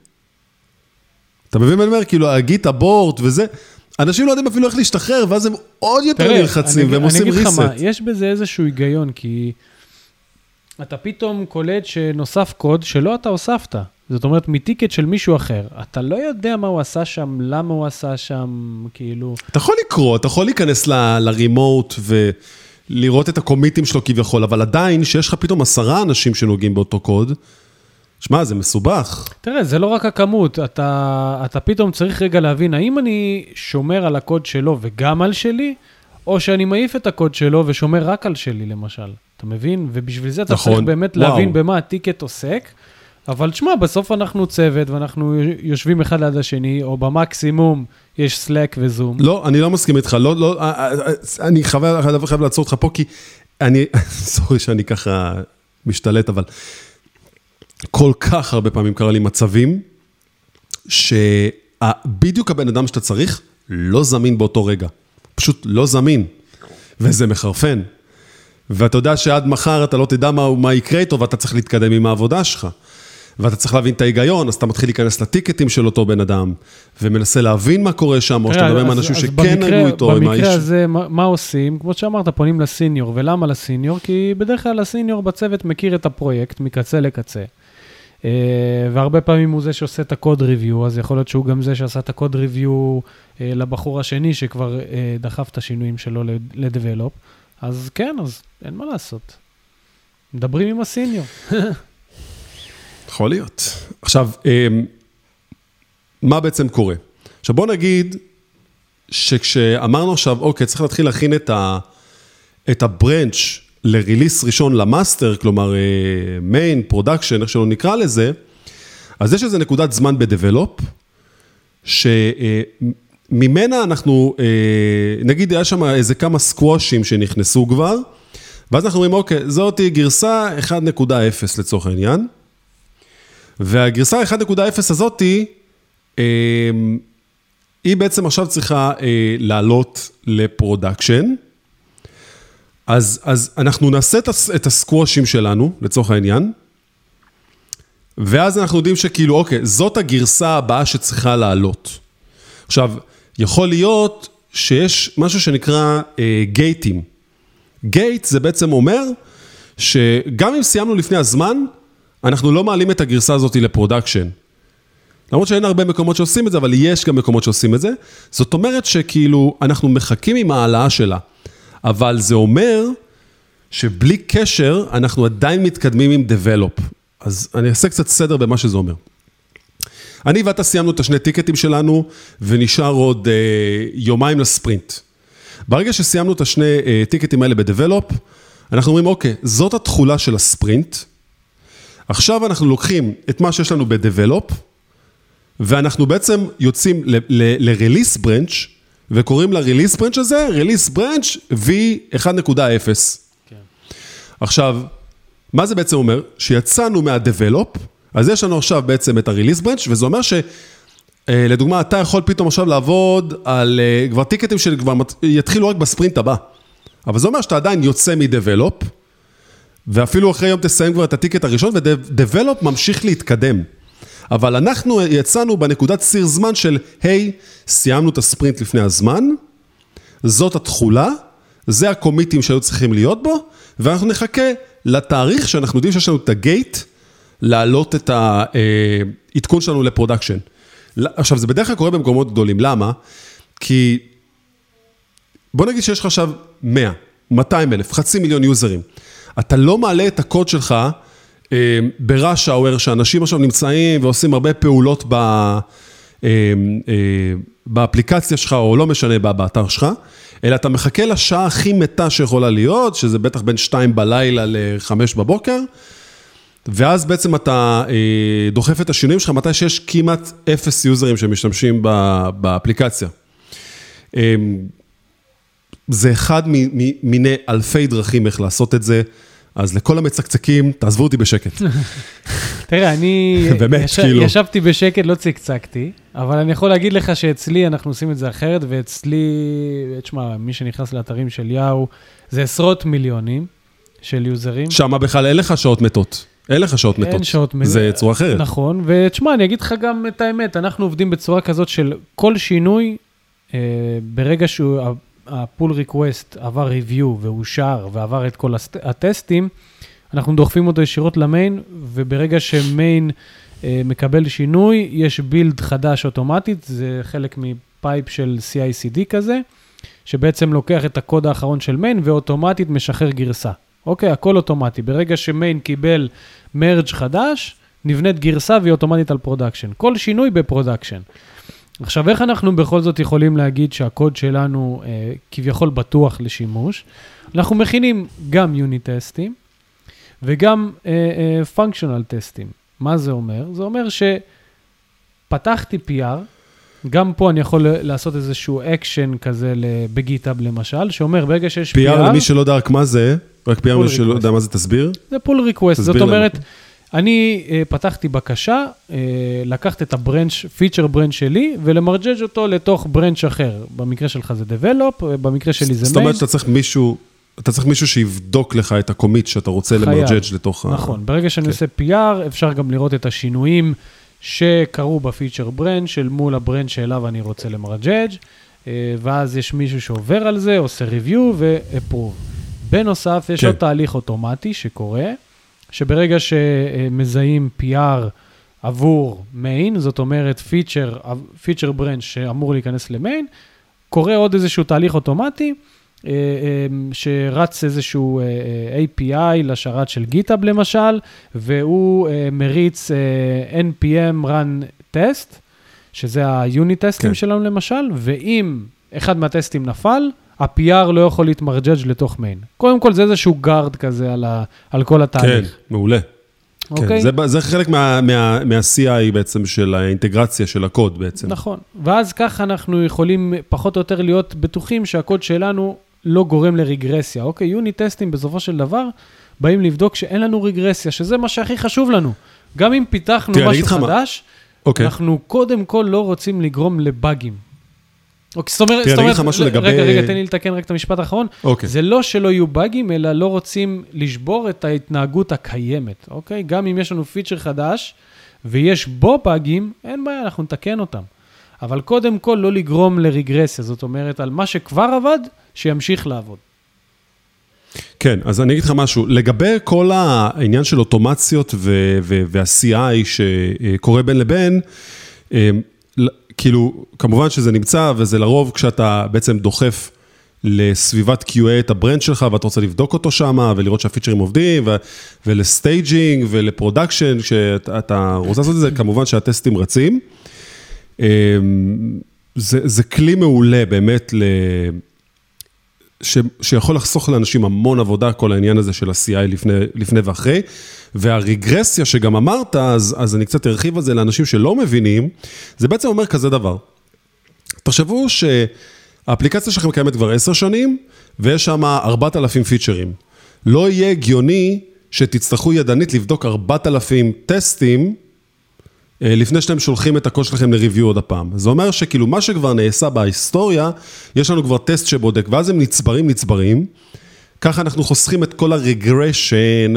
אתה מבין מה אני אומר? כאילו, הגיט הבורט וזה, אנשים לא יודעים אפילו איך להשתחרר, ואז הם עוד יותר נלחצים, והם עושים ריסט.
יש בזה איזשהו היגיון, כי אתה פתאום קולט שנוסף קוד שלא אתה הוספת. זאת אומרת, מטיקט של מישהו אחר. אתה לא יודע מה הוא עשה שם, למה הוא עשה שם, כאילו...
אתה יכול לקרוא, אתה יכול להיכנס לרימוט ולראות את הקומיטים שלו כביכול, אבל עדיין שיש לך פתאום 10 אנשים שנוגעים באותו קוד, שמע, זה מסובך.
תראה, זה לא רק הכמות, אתה פתאום צריך רגע להבין, האם אני שומר על הקוד שלו וגם על שלי, או שאני מעיף את הקוד שלו ושומר רק על שלי, למשל. אתה מבין? ובשביל זה אתה צריך באמת להבין במה הטיקט עוסק, אבל תשמע, בסוף אנחנו צוות, ואנחנו יושבים אחד ליד השני, או במקסימום יש סלק וזום.
לא, אני לא מסכים איתך, אני חייב לעצור אותך פה, כי סורי שאני ככה משתלט, אבל כל כך הרבה פעמים קרה לי מצבים, שבדיוק הבן אדם שאתה צריך, לא זמין באותו רגע. פשוט לא זמין. וזה מחרפן. ואתה יודע שעד מחר אתה לא תדע מה יקרה איתו, ואתה צריך להתקדם עם העבודה שלך. ואתה צריך להבין את ההיגיון, אז אתה מתחיל להיכנס לטיקטים של אותו בן אדם, ומנסה להבין מה קורה שם, או שאתה מדבר עם אנשים שכן נגעו איתו.
במקרה הזה, מה עושים? כמו שאמרת, פונים לסיניור, ולמה לסיניור? כי בדרך כלל הסיניור בצוות מכיר את הפרויקט מקצה לקצה. והרבה פעמים הוא זה שעושה את הקוד ריוויו, אז יכול להיות שהוא גם זה שעשה את הקוד ריוויו לבחור השני, שכבר דחף את השינויים שלו לדבלופ. אז כן, אז אין מה לעשות. מדברים עם הסיניור.
יכול להיות. עכשיו, מה בעצם קורה? עכשיו בוא נגיד, שכשאמרנו עכשיו, אוקיי, צריך להתחיל להכין את הברנץ' לריליס ראשון למאסטר, כלומר, מיין, פרודקשן, איך שלא נקרא לזה, אז יש איזו נקודת זמן בדבלופ, שממנה אנחנו, נגיד, היה שם איזה כמה סקוושים שנכנסו כבר, ואז אנחנו אומרים, אוקיי, זאת גרסה 1.0 לצורך העניין, והגרסה 1.0 הזאת, היא בעצם עכשיו צריכה לעלות לפרודקשן, אז אנחנו נעשה את הסקוושים שלנו, לצורך העניין, ואז אנחנו יודעים שכאילו, אוקיי, זאת הגרסה הבאה שצריכה לעלות. עכשיו, יכול להיות שיש משהו שנקרא גייטים. גייט זה בעצם אומר, שגם אם סיימנו לפני הזמן, אנחנו לא מעלים את הגרסה הזאת לפרודקשן. למרות שאין הרבה מקומות שעושים את זה, אבל יש גם מקומות שעושים את זה. זאת אומרת שכאילו, אנחנו מחכים עם העלאה שלה. אבל זה אומר שבלי קשר, אנחנו עדיין מתקדמים עם develop. אז אני אעשה קצת סדר במה שזה אומר. אני ואתה סיימנו את השני טיקטים שלנו, ונשאר עוד יומיים לספרינט. ברגע שסיימנו את השני טיקטים האלה בdevelop, אנחנו אומרים, אוקיי, זאת התחולה של הספרינט. עכשיו אנחנו לוקחים את מה שיש לנו בdevelop, ואנחנו בעצם יוצאים ל-release branch, וקוראים ל-release branch הזה, release branch v1.0. כן. עכשיו, מה זה בעצם אומר? שיצאנו מה-develop, אז יש לנו עכשיו בעצם את ה-release branch, וזה אומר לדוגמה, אתה יכול פתאום עכשיו לעבוד על כבר טיקטים שכבר יתחילו רק בספרינט הבא. אבל זה אומר שאתה עדיין יוצא מ-develop, ואפילו אחרי יום תסיים כבר את הטיקט הראשון, ו-develop ממשיך להתקדם. אבל אנחנו יצאנו בנקודת סיר זמן של, היי, סיימנו את הספרינט לפני הזמן, זאת התחולה, זה הקומיטים שהיו צריכים להיות בו, ואנחנו נחכה לתאריך שאנחנו יודעים שיש לנו את הגייט, להעלות את העדכון שלנו לפרודקשן. עכשיו, זה בדרך כלל קורה במקומות גדולים. למה? כי בוא נגיד שיש לך עכשיו 100, 200,000, 500,000 יוזרים. אתה לא מעלה את הקוד שלך בראש האוור, שאנשים עכשיו נמצאים ועושים הרבה פעולות באפליקציה שלך, או לא משנה, באתר שלך, אלא אתה מחכה לשעה הכי מתה שיכולה להיות, שזה בטח בין 2 בלילה ל5 בבוקר, ואז בעצם אתה דוחף את השינויים שלך, מתי שיש כמעט 0 יוזרים שמשתמשים באפליקציה. זה אחד מיני אלפי דרכים איך לעשות את זה, אז לכל המצקצקים, תעזבו אותי בשקט.
תראה, אני ישבתי בשקט, לא צקצקתי, אבל אני יכול להגיד לך שאצלי אנחנו עושים את זה אחרת, ואצלי, תשמע, מי שנכנס לאתרים של יאו, זה עשרות מיליונים של יוזרים. שמה בכלל אין לך שעות מתות.
אין לך שעות מתות.
אין שעות מתות.
זה צורה אחרת.
נכון, ותשמע, אני אגיד לך גם את האמת, אנחנו עובדים בצורה כזאת של כל שינוי, ברגע הפול ריקווסט עבר ריוויו ואושר ועבר את כל הטסטים, אנחנו דוחפים אותו ישירות למיין, וברגע שמיין מקבל שינוי, יש בילד חדש אוטומטית, זה חלק מפייפ של CI/CD כזה, שבעצם לוקח את הקוד האחרון של מיין, ואוטומטית משחרר גרסה. אוקיי, הכל אוטומטי. ברגע שמיין קיבל מרג' חדש, נבנית גרסה והיא אוטומטית על פרודקשן. כל שינוי בפרודקשן. עכשיו, איך אנחנו בכל זאת יכולים להגיד שהקוד שלנו כביכול בטוח לשימוש? אנחנו מכינים גם יוניט טסטים וגם functional טסטים. מה זה אומר? זה אומר שפתחתי PR, גם פה אני יכול לעשות איזשהו אקשן כזה בגיטאב למשל, שאומר ברגע שיש PR...
PR למי שלא יודע רק מה זה, רק PR למי שלא יודע מה זה, תסביר.
זה pull request, זאת אומרת, אני פתחתי בקשה, לקחת את פיצ'ר ברנץ' שלי, ולמרג'ג' אותו לתוך ברנץ' אחר. במקרה שלך זה develop, במקרה שלי זה main.
זאת אומרת שאתה צריך מישהו שיבדוק לך את הקומיט שאתה רוצה למרג'ג' לתוך
נכון, ברגע שאני עושה PR, אפשר גם לראות את השינויים שקרו בפיצ'ר ברנץ' של מול הברנץ' שאליו אני רוצה למרג'ג', ואז יש מישהו שעובר על זה, עושה review ו-approve. בנוסף, יש עוד תהליך אוטומטי שקורה, שברגע שמזהים PR עבור main, זאת אומרת feature branch שאמור להיכנס למיין, קורה עוד איזשהו תהליך אוטומטי, שרץ איזשהו API לשרת של GitHub למשל, והוא מריץ NPM run test, שזה ה-unit טסטים שלנו למשל, ואם אחד מהטסטים נפל, ה-PR לא יכול להתמרג'ג' לתוך מיין. קודם כל, זה איזשהו גארד כזה על כל התהליך.
כן, מעולה.
אוקיי?
כן, זה חלק מה-CI בעצם של האינטגרציה של הקוד בעצם.
נכון. ואז ככה אנחנו יכולים פחות או יותר להיות בטוחים שהקוד שלנו לא גורם לרגרסיה. אוקיי, יוניט טסטים בסופו של דבר באים לבדוק שאין לנו רגרסיה, שזה מה שהכי חשוב לנו. גם אם פיתחנו משהו חדש, אנחנו קודם כל לא רוצים לגרום לבאגים. זאת אומרת, רגע, תן לי לתקן רק את המשפט האחרון. זה לא שלא יהיו באגים, אלא לא רוצים לשבור את ההתנהגות הקיימת. אוקיי? גם אם יש לנו פיצ'ר חדש, ויש בו באגים, אין בעיה, אנחנו נתקן אותם. אבל קודם כל לא לגרום לרגרסיה, זאת אומרת, על מה שכבר עבד, שימשיך לעבוד.
כן, אז אני אגיד לך משהו, לגבי כל העניין של אוטומציות וה-CI שקורה בין לבין, כאילו, כמובן שזה נמצא, וזה לרוב כשאתה בעצם דוחף לסביבת QA את הברנד שלך, ואתה רוצה לבדוק אותו שם, ולראות שהפיצ'רים עובדים, ולסטייג'ינג, ולפרודקשן, כשאתה רוצה לעשות את זה, כמובן שהטסטים רצים. זה כלי מעולה באמת, שיכול לחסוך לאנשים המון עבודה, כל העניין הזה של ה-CI לפני ואחרי, והרגרסיה שגם אמרת, אז אני קצת ארחיב על זה לאנשים שלא מבינים, זה בעצם אומר כזה דבר. תחשבו שהאפליקציה שלכם קיימת כבר 10 שנים, ויש שם 4,000 פיצ'רים. לא יהיה הגיוני שתצטרכו ידנית לבדוק 4,000 טסטים, לפני שאתם שולחים את הקוד שלכם לריוויו עוד הפעם. זה אומר שכאילו מה שכבר נעשה בהיסטוריה, יש לנו כבר טסט שבודק, ואז הם נצברים, ככה אנחנו חוסכים את כל הרגרשן,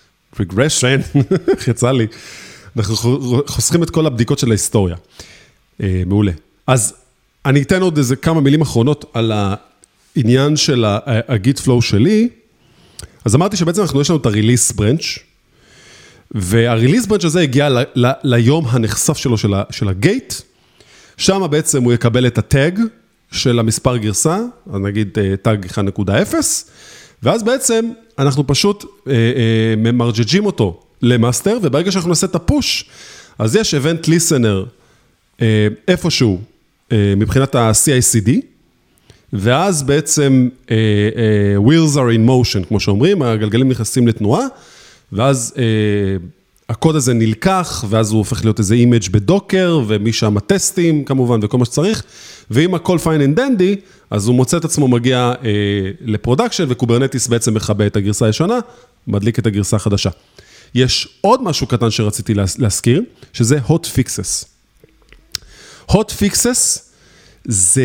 יצא לי, אנחנו חוסכים את כל הבדיקות של ההיסטוריה. מעולה. אז אני אתן עוד איזה כמה מילים אחרונות על העניין של ה-Git flow שלי. אז אמרתי שבעצם יש לנו את ה-release branch, וה-release branch הזה הגיע ליום הנחשף שלו של הגייט, שם בעצם הוא יקבל את הטאג של המספר גרסה, נגיד טאג 1.0, ואז בעצם אנחנו פשוט ממרג'ג'ים אותו למאסטר, וברגע שאנחנו נעשה את הפוש, אז יש event listener איפשהו מבחינת ה-CICD, ואז בעצם wheels are in motion, כמו שאומרים, הגלגלים נכנסים לתנועה, ואז הקוד הזה נלקח, ואז הוא הופך להיות איזה אימג' בדוקר, ומשם הטסטים כמובן, וכל מה שצריך, ואם הכל fine and dandy, אז הוא מוצא את עצמו מגיע לפרודקשן, וקוברנטיס בעצם מכבה את הגרסה הישנה, מדליק את הגרסה החדשה. יש עוד משהו קטן שרציתי להזכיר, שזה hot fixes. hot fixes זה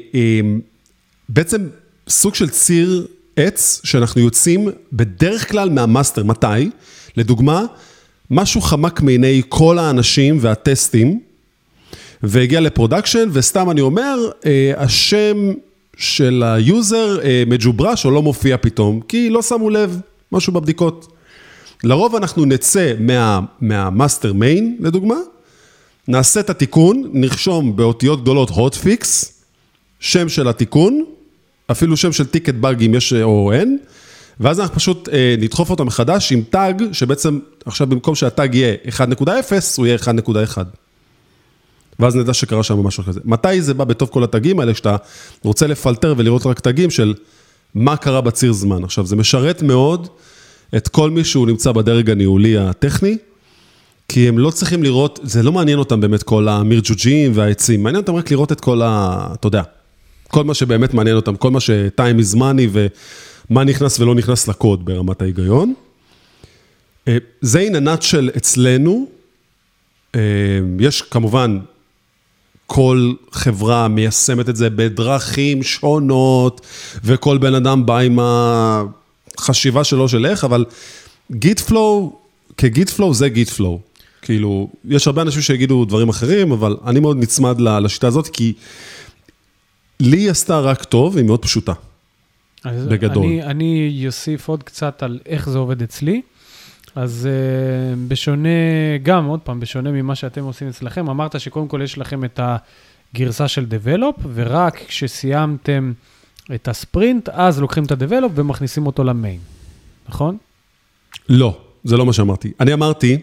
בעצם סוג של ציר עץ, שאנחנו יוצאים בדרך כלל מהמאסטר. מתי? לדוגמה, משהו חמק מעיני כל האנשים והטסטים, והגיע לפרודקשן, וסתם אני אומר, השם של היוזר מג'וברש או לא מופיע פתאום, כי לא שמו לב משהו בבדיקות. לרוב אנחנו נצא מהמאסטר מיין, לדוגמה, נעשה את התיקון, נרשום באותיות גדולות hotfix, שם של התיקון, אפילו שם של טיקט באג אם יש או אין, ואז אנחנו פשוט נדחוף אותו מחדש עם טאג, שבעצם עכשיו במקום שהטאג יהיה 1.0, הוא יהיה 1.1. ואז נדע שקרה שם משהו כזה. מתי זה בא בתוך כל התגים האלה, שאתה רוצה לפלטר ולראות רק תגים של מה קרה בציר זמן. עכשיו, זה משרת מאוד את כל מי שהוא נמצא בדרג הניהולי הטכני, כי הם לא צריכים לראות, זה לא מעניין אותם באמת כל המירג'וג'ים והעצים, מעניין אותם רק לראות את כל אתה יודע, כל מה שבאמת מעניין אותם, כל מה שטיים is money ומה נכנס ולא נכנס לקוד ברמת ההיגיון. זה עיננת של אצלנו, יש כמובן כל חברה מיישמת את זה בדרכים שונות, וכל בן אדם בא עם החשיבה שלו של איך, אבל Gitflow, כ-Gitflow זה Gitflow. כאילו, יש הרבה אנשים שיגידו דברים אחרים, אבל אני מאוד נצמד לשיטה הזאת, כי לי היא עשתה רק טוב, היא מאוד פשוטה, בגדול.
אני אוסיף עוד קצת על איך זה עובד אצלי, אז בשונה, גם עוד פעם, בשונה ממה שאתם עושים אצלכם, אמרת שקודם כל יש לכם את הגרסה של Develop, ורק כשסיימתם את הספרינט, אז לוקחים את ה-Develop ומכניסים אותו למיין, נכון?
לא, זה לא מה שאמרתי. אני אמרתי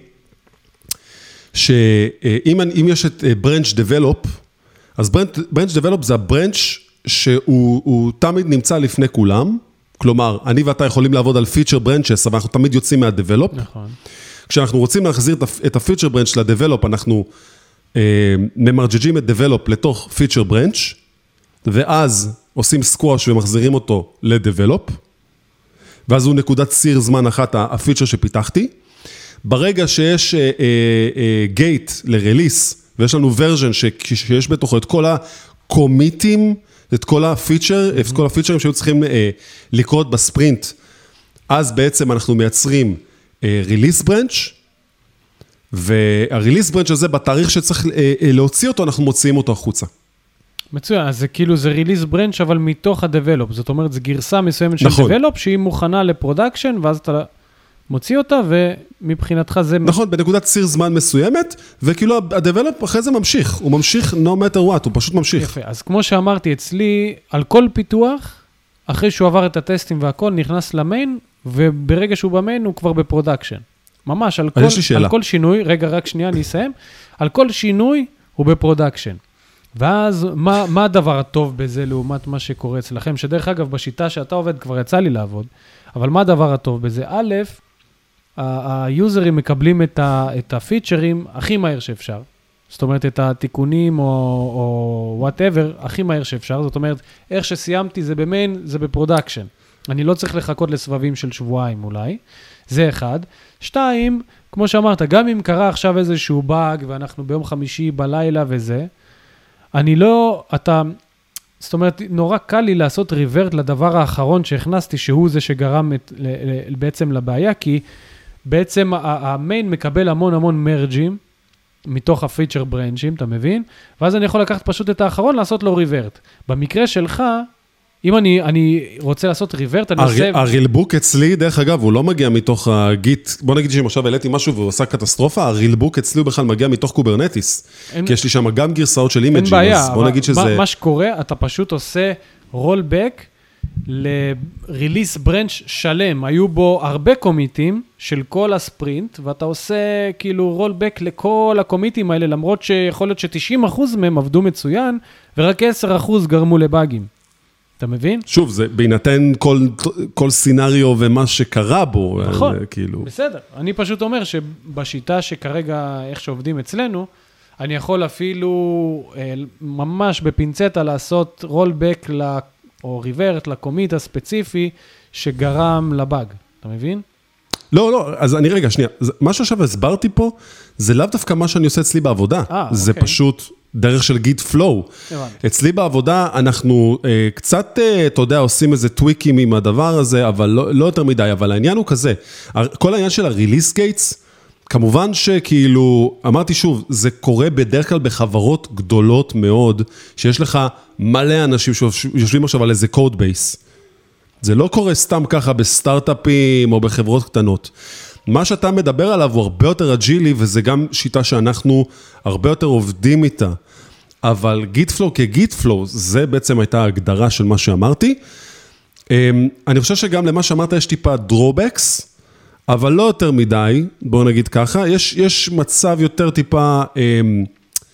שאם יש את Branch Develop, אז Branch Develop זה הברנץ' שהוא תמיד נמצא לפני כולם, כלומר, אני ואתה יכולים לעבוד על Feature Branches, אבל אנחנו תמיד יוצאים מה-Develop.
נכון.
כשאנחנו רוצים להחזיר את ה-Feature Branch ל-Develop, אנחנו ממרג'ג'ים את Develop לתוך Feature Branch, ואז עושים Squash ומחזירים אותו ל-Develop, ואז הוא נקודת ציר זמן אחת, ה-Feature שפיתחתי. ברגע שיש Gate ל-Release, ויש לנו version שיש בתוכו את כל הקומיטים, את כל הפיצ'ר, את כל הפיצ'רים שהיו צריכים לקרות בספרינט, אז בעצם אנחנו מייצרים release branch, וה-release branch הזה, בתאריך שצריך להוציא אותו, אנחנו מוציאים אותו החוצה.
מצוין, אז זה כאילו זה release branch, אבל מתוך ה-develop, זאת אומרת, זו גרסה מסוימת של develop, שהיא מוכנה לפרודקשן, ואז אתה מוציא אותה, ומבחינתך זה...
נכון, בנקודת ציר זמן מסוימת, וכאילו ה-develop אחרי זה ממשיך, הוא ממשיך no matter what, הוא פשוט ממשיך.
יפה, אז כמו שאמרתי, אצלי, על כל פיתוח, אחרי שהוא עבר את הטסטים והכל, נכנס למיין, וברגע שהוא במיין, הוא כבר בפרודקשן. ממש, על כל שינוי, רגע, רק שנייה, אני אסיים, על כל שינוי הוא בפרודקשן. ואז, מה הדבר הטוב בזה, לעומת מה שקורה אצלכם? שדרך אגב, בשיטה שאתה עובד, כבר יצא לי לעבוד, אבל מה הדבר הטוב בזה? א', היוזרים מקבלים את הפיצ'רים הכי מהר שאפשר. זאת אומרת, את התיקונים או whatever, הכי מהר שאפשר. זאת אומרת, איך שסיימתי זה במיין, זה בפרודקשן. אני לא צריך לחכות לסבבים של שבועיים אולי. זה אחד. 2, כמו שאמרת, גם אם קרה עכשיו איזשהו באג, ואנחנו ביום חמישי בלילה וזה, זאת אומרת, נורא קל לי לעשות ריברט לדבר האחרון שהכנסתי, שהוא זה שגרם בעצם לבעיה, כי בעצם המיין מקבל המון מרג'ים, מתוך הפיצ'ר ברנצ'ים, אתה מבין? ואז אני יכול לקחת פשוט את האחרון, לעשות לו ריברט. במקרה שלך, אם אני רוצה לעשות ריברט, אני עושה...
הרילבוק אצלי, דרך אגב, הוא לא מגיע מתוך הגיט, בוא נגיד שאם עכשיו העליתי משהו והוא עושה קטסטרופה, הרילבוק אצלי הוא בכלל מגיע מתוך קוברנטיס, כי יש לי שם גם גרסאות של אימג'ים,
אין בעיה,
בוא נגיד שזה...
מה שקורה, אתה פשוט עושה רולבק ל-release branch שלם, היו בו הרבה קומיטים של כל הספרינט, ואתה עושה כאילו רולבק לכל הקומיטים האלה, למרות שיכול להיות ש-90% מהם עבדו מצוין, ורק 10% גרמו לבאגים. אתה מבין?
שוב, זה בהינתן כל סינריו ומה שקרה בו.
נכון,
כאילו...
בסדר. אני פשוט אומר שבשיטה שכרגע איך שעובדים אצלנו, אני יכול אפילו ממש בפינצטה לעשות רולבק או ריברט לקומיט הספציפי שגרם לבאג. אתה מבין?
לא, אז אני רגע, שנייה. מה שעכשיו הסברתי פה, זה לאו דווקא מה שאני עושה אצלי בעבודה. זה פשוט... דרך של Gitflow. אצלי בעבודה אנחנו קצת, אתה יודע, עושים איזה טוויקים עם הדבר הזה, אבל לא יותר מדי, אבל העניין הוא כזה, כל העניין של ה-release gates, כמובן שכאילו, אמרתי שוב, זה קורה בדרך כלל בחברות גדולות מאוד, שיש לך מלא אנשים שיושבים עכשיו על איזה code base. זה לא קורה סתם ככה בסטארט-אפים או בחברות קטנות. מה שאתה מדבר עליו הוא הרבה יותר אג'ילי, וזה גם שיטה שאנחנו הרבה יותר עובדים איתה. אבל Gitflow כ-Gitflow, זה בעצם הייתה ההגדרה של מה שאמרתי. אני חושב שגם למה שאמרת יש טיפה drawbacks, אבל לא יותר מדי, בואו נגיד ככה. יש מצב יותר טיפה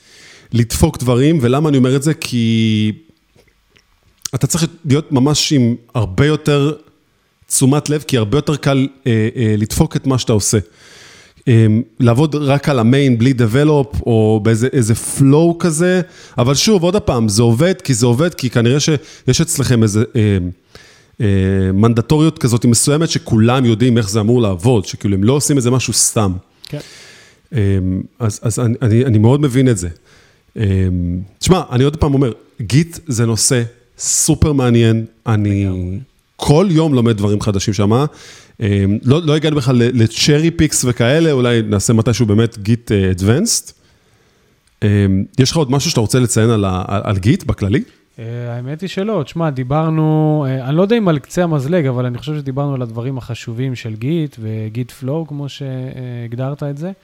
לדפוק דברים, ולמה אני אומר את זה? כי אתה צריך להיות ממש עם הרבה יותר תשומת לב, כי הרבה יותר קל לדפוק את מה שאתה עושה. לעבוד רק על המיין, בלי develop, או באיזה flow כזה, אבל שוב, עוד הפעם, זה עובד, כי כנראה שיש אצלכם איזה מנדטוריות כזאת מסוימת, שכולם יודעים איך זה אמור לעבוד, שכאילו הם לא עושים איזה משהו סתם.
כן.
אז אני מאוד מבין את זה. תשמע, אני עוד פעם אומר, גיט זה נושא סופר מעניין, אני כל יום לומד דברים חדשים שמה, לא הגענו בכלל לצ'רי פיקס וכאלה, אולי נעשה מתישהו באמת גיט אדוונסט. יש לך עוד משהו שאתה רוצה לציין על גיט בכללי?
האמת היא שלא, תשמע, דיברנו, אני לא יודע אם על קצה המזלג, אבל אני חושב שדיברנו על הדברים החשובים של גיט וגיט פלואו, כמו שהגדרת את זה.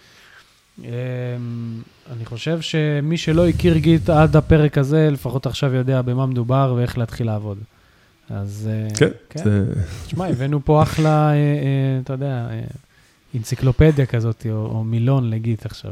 אני חושב שמי שלא הכיר גיט עד הפרק הזה, לפחות עכשיו יודע במה מדובר ואיך להתחיל לעבוד. אז כן, תשמע, הבאנו פה אחלה, אתה יודע, אנציקלופדיה כזאת, או מילון לגיט עכשיו.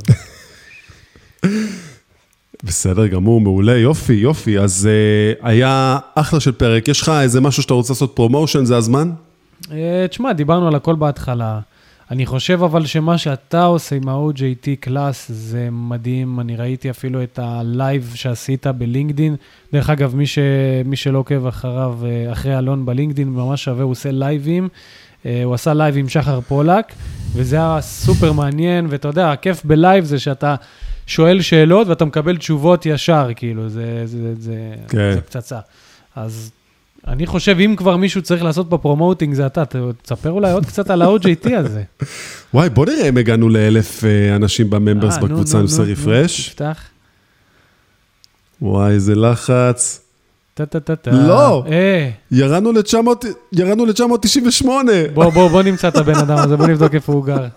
בסדר גמור, מעולה, יופי. אז היה אחלה של פרק. יש לך איזה משהו שאתה רוצה לעשות פרומושן, זה הזמן?
תשמע, דיברנו על הכל בהתחלה. אני חושב אבל שמה שאתה עושה עם ה-OJT קלאס זה מדהים. אני ראיתי אפילו את הלייב שעשית בלינקדין. דרך אגב, מי שלא עוקב אחרי אלון בלינקדין, ממש שווה, הוא עושה לייבים. הוא עשה לייב עם שחר פולק, וזה היה סופר מעניין, ואתה יודע, הכיף בלייב זה שאתה שואל שאלות, ואתה מקבל תשובות ישר, כאילו, זה פצצה. אז אני חושב, אם כבר מישהו צריך לעשות פה פרומוטינג, זה אתה, תספר אולי עוד קצת על ה-OJT הזה.
וואי, בוא נראה אם הגענו ל1,000 אנשים בממברס בקבוצה, נעשה רפרש.
תפתח.
וואי, איזה לחץ. לא, ירדנו ל-998.
בוא נמצא את הבן אדם הזה, בוא נבדוק איפה הוא גר.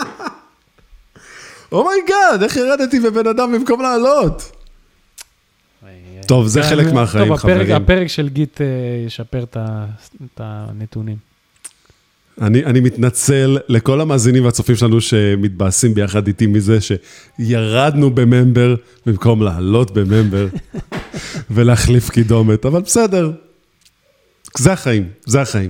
אומייגאד, איך ירדתי בבן אדם במקום לעלות? טוב, זה חלק מהחיים, חברים.
הפרק של גיט ישפר את הנתונים.
אני מתנצל לכל המאזינים והצופים שלנו שמתבאסים ביחד איתי מזה שירדנו בממבר במקום לעלות בממבר ולהחליף קידומת, אבל בסדר. זה החיים.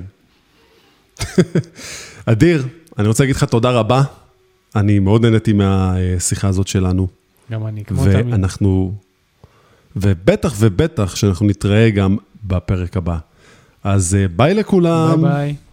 אדיר, אני רוצה להגיד לך תודה רבה. אני מאוד נהניתי מהשיחה הזאת שלנו.
גם אני, כמו תמיד.
ובטח שאנחנו נתראה גם בפרק הבא. אז ביי לכולם.
ביי.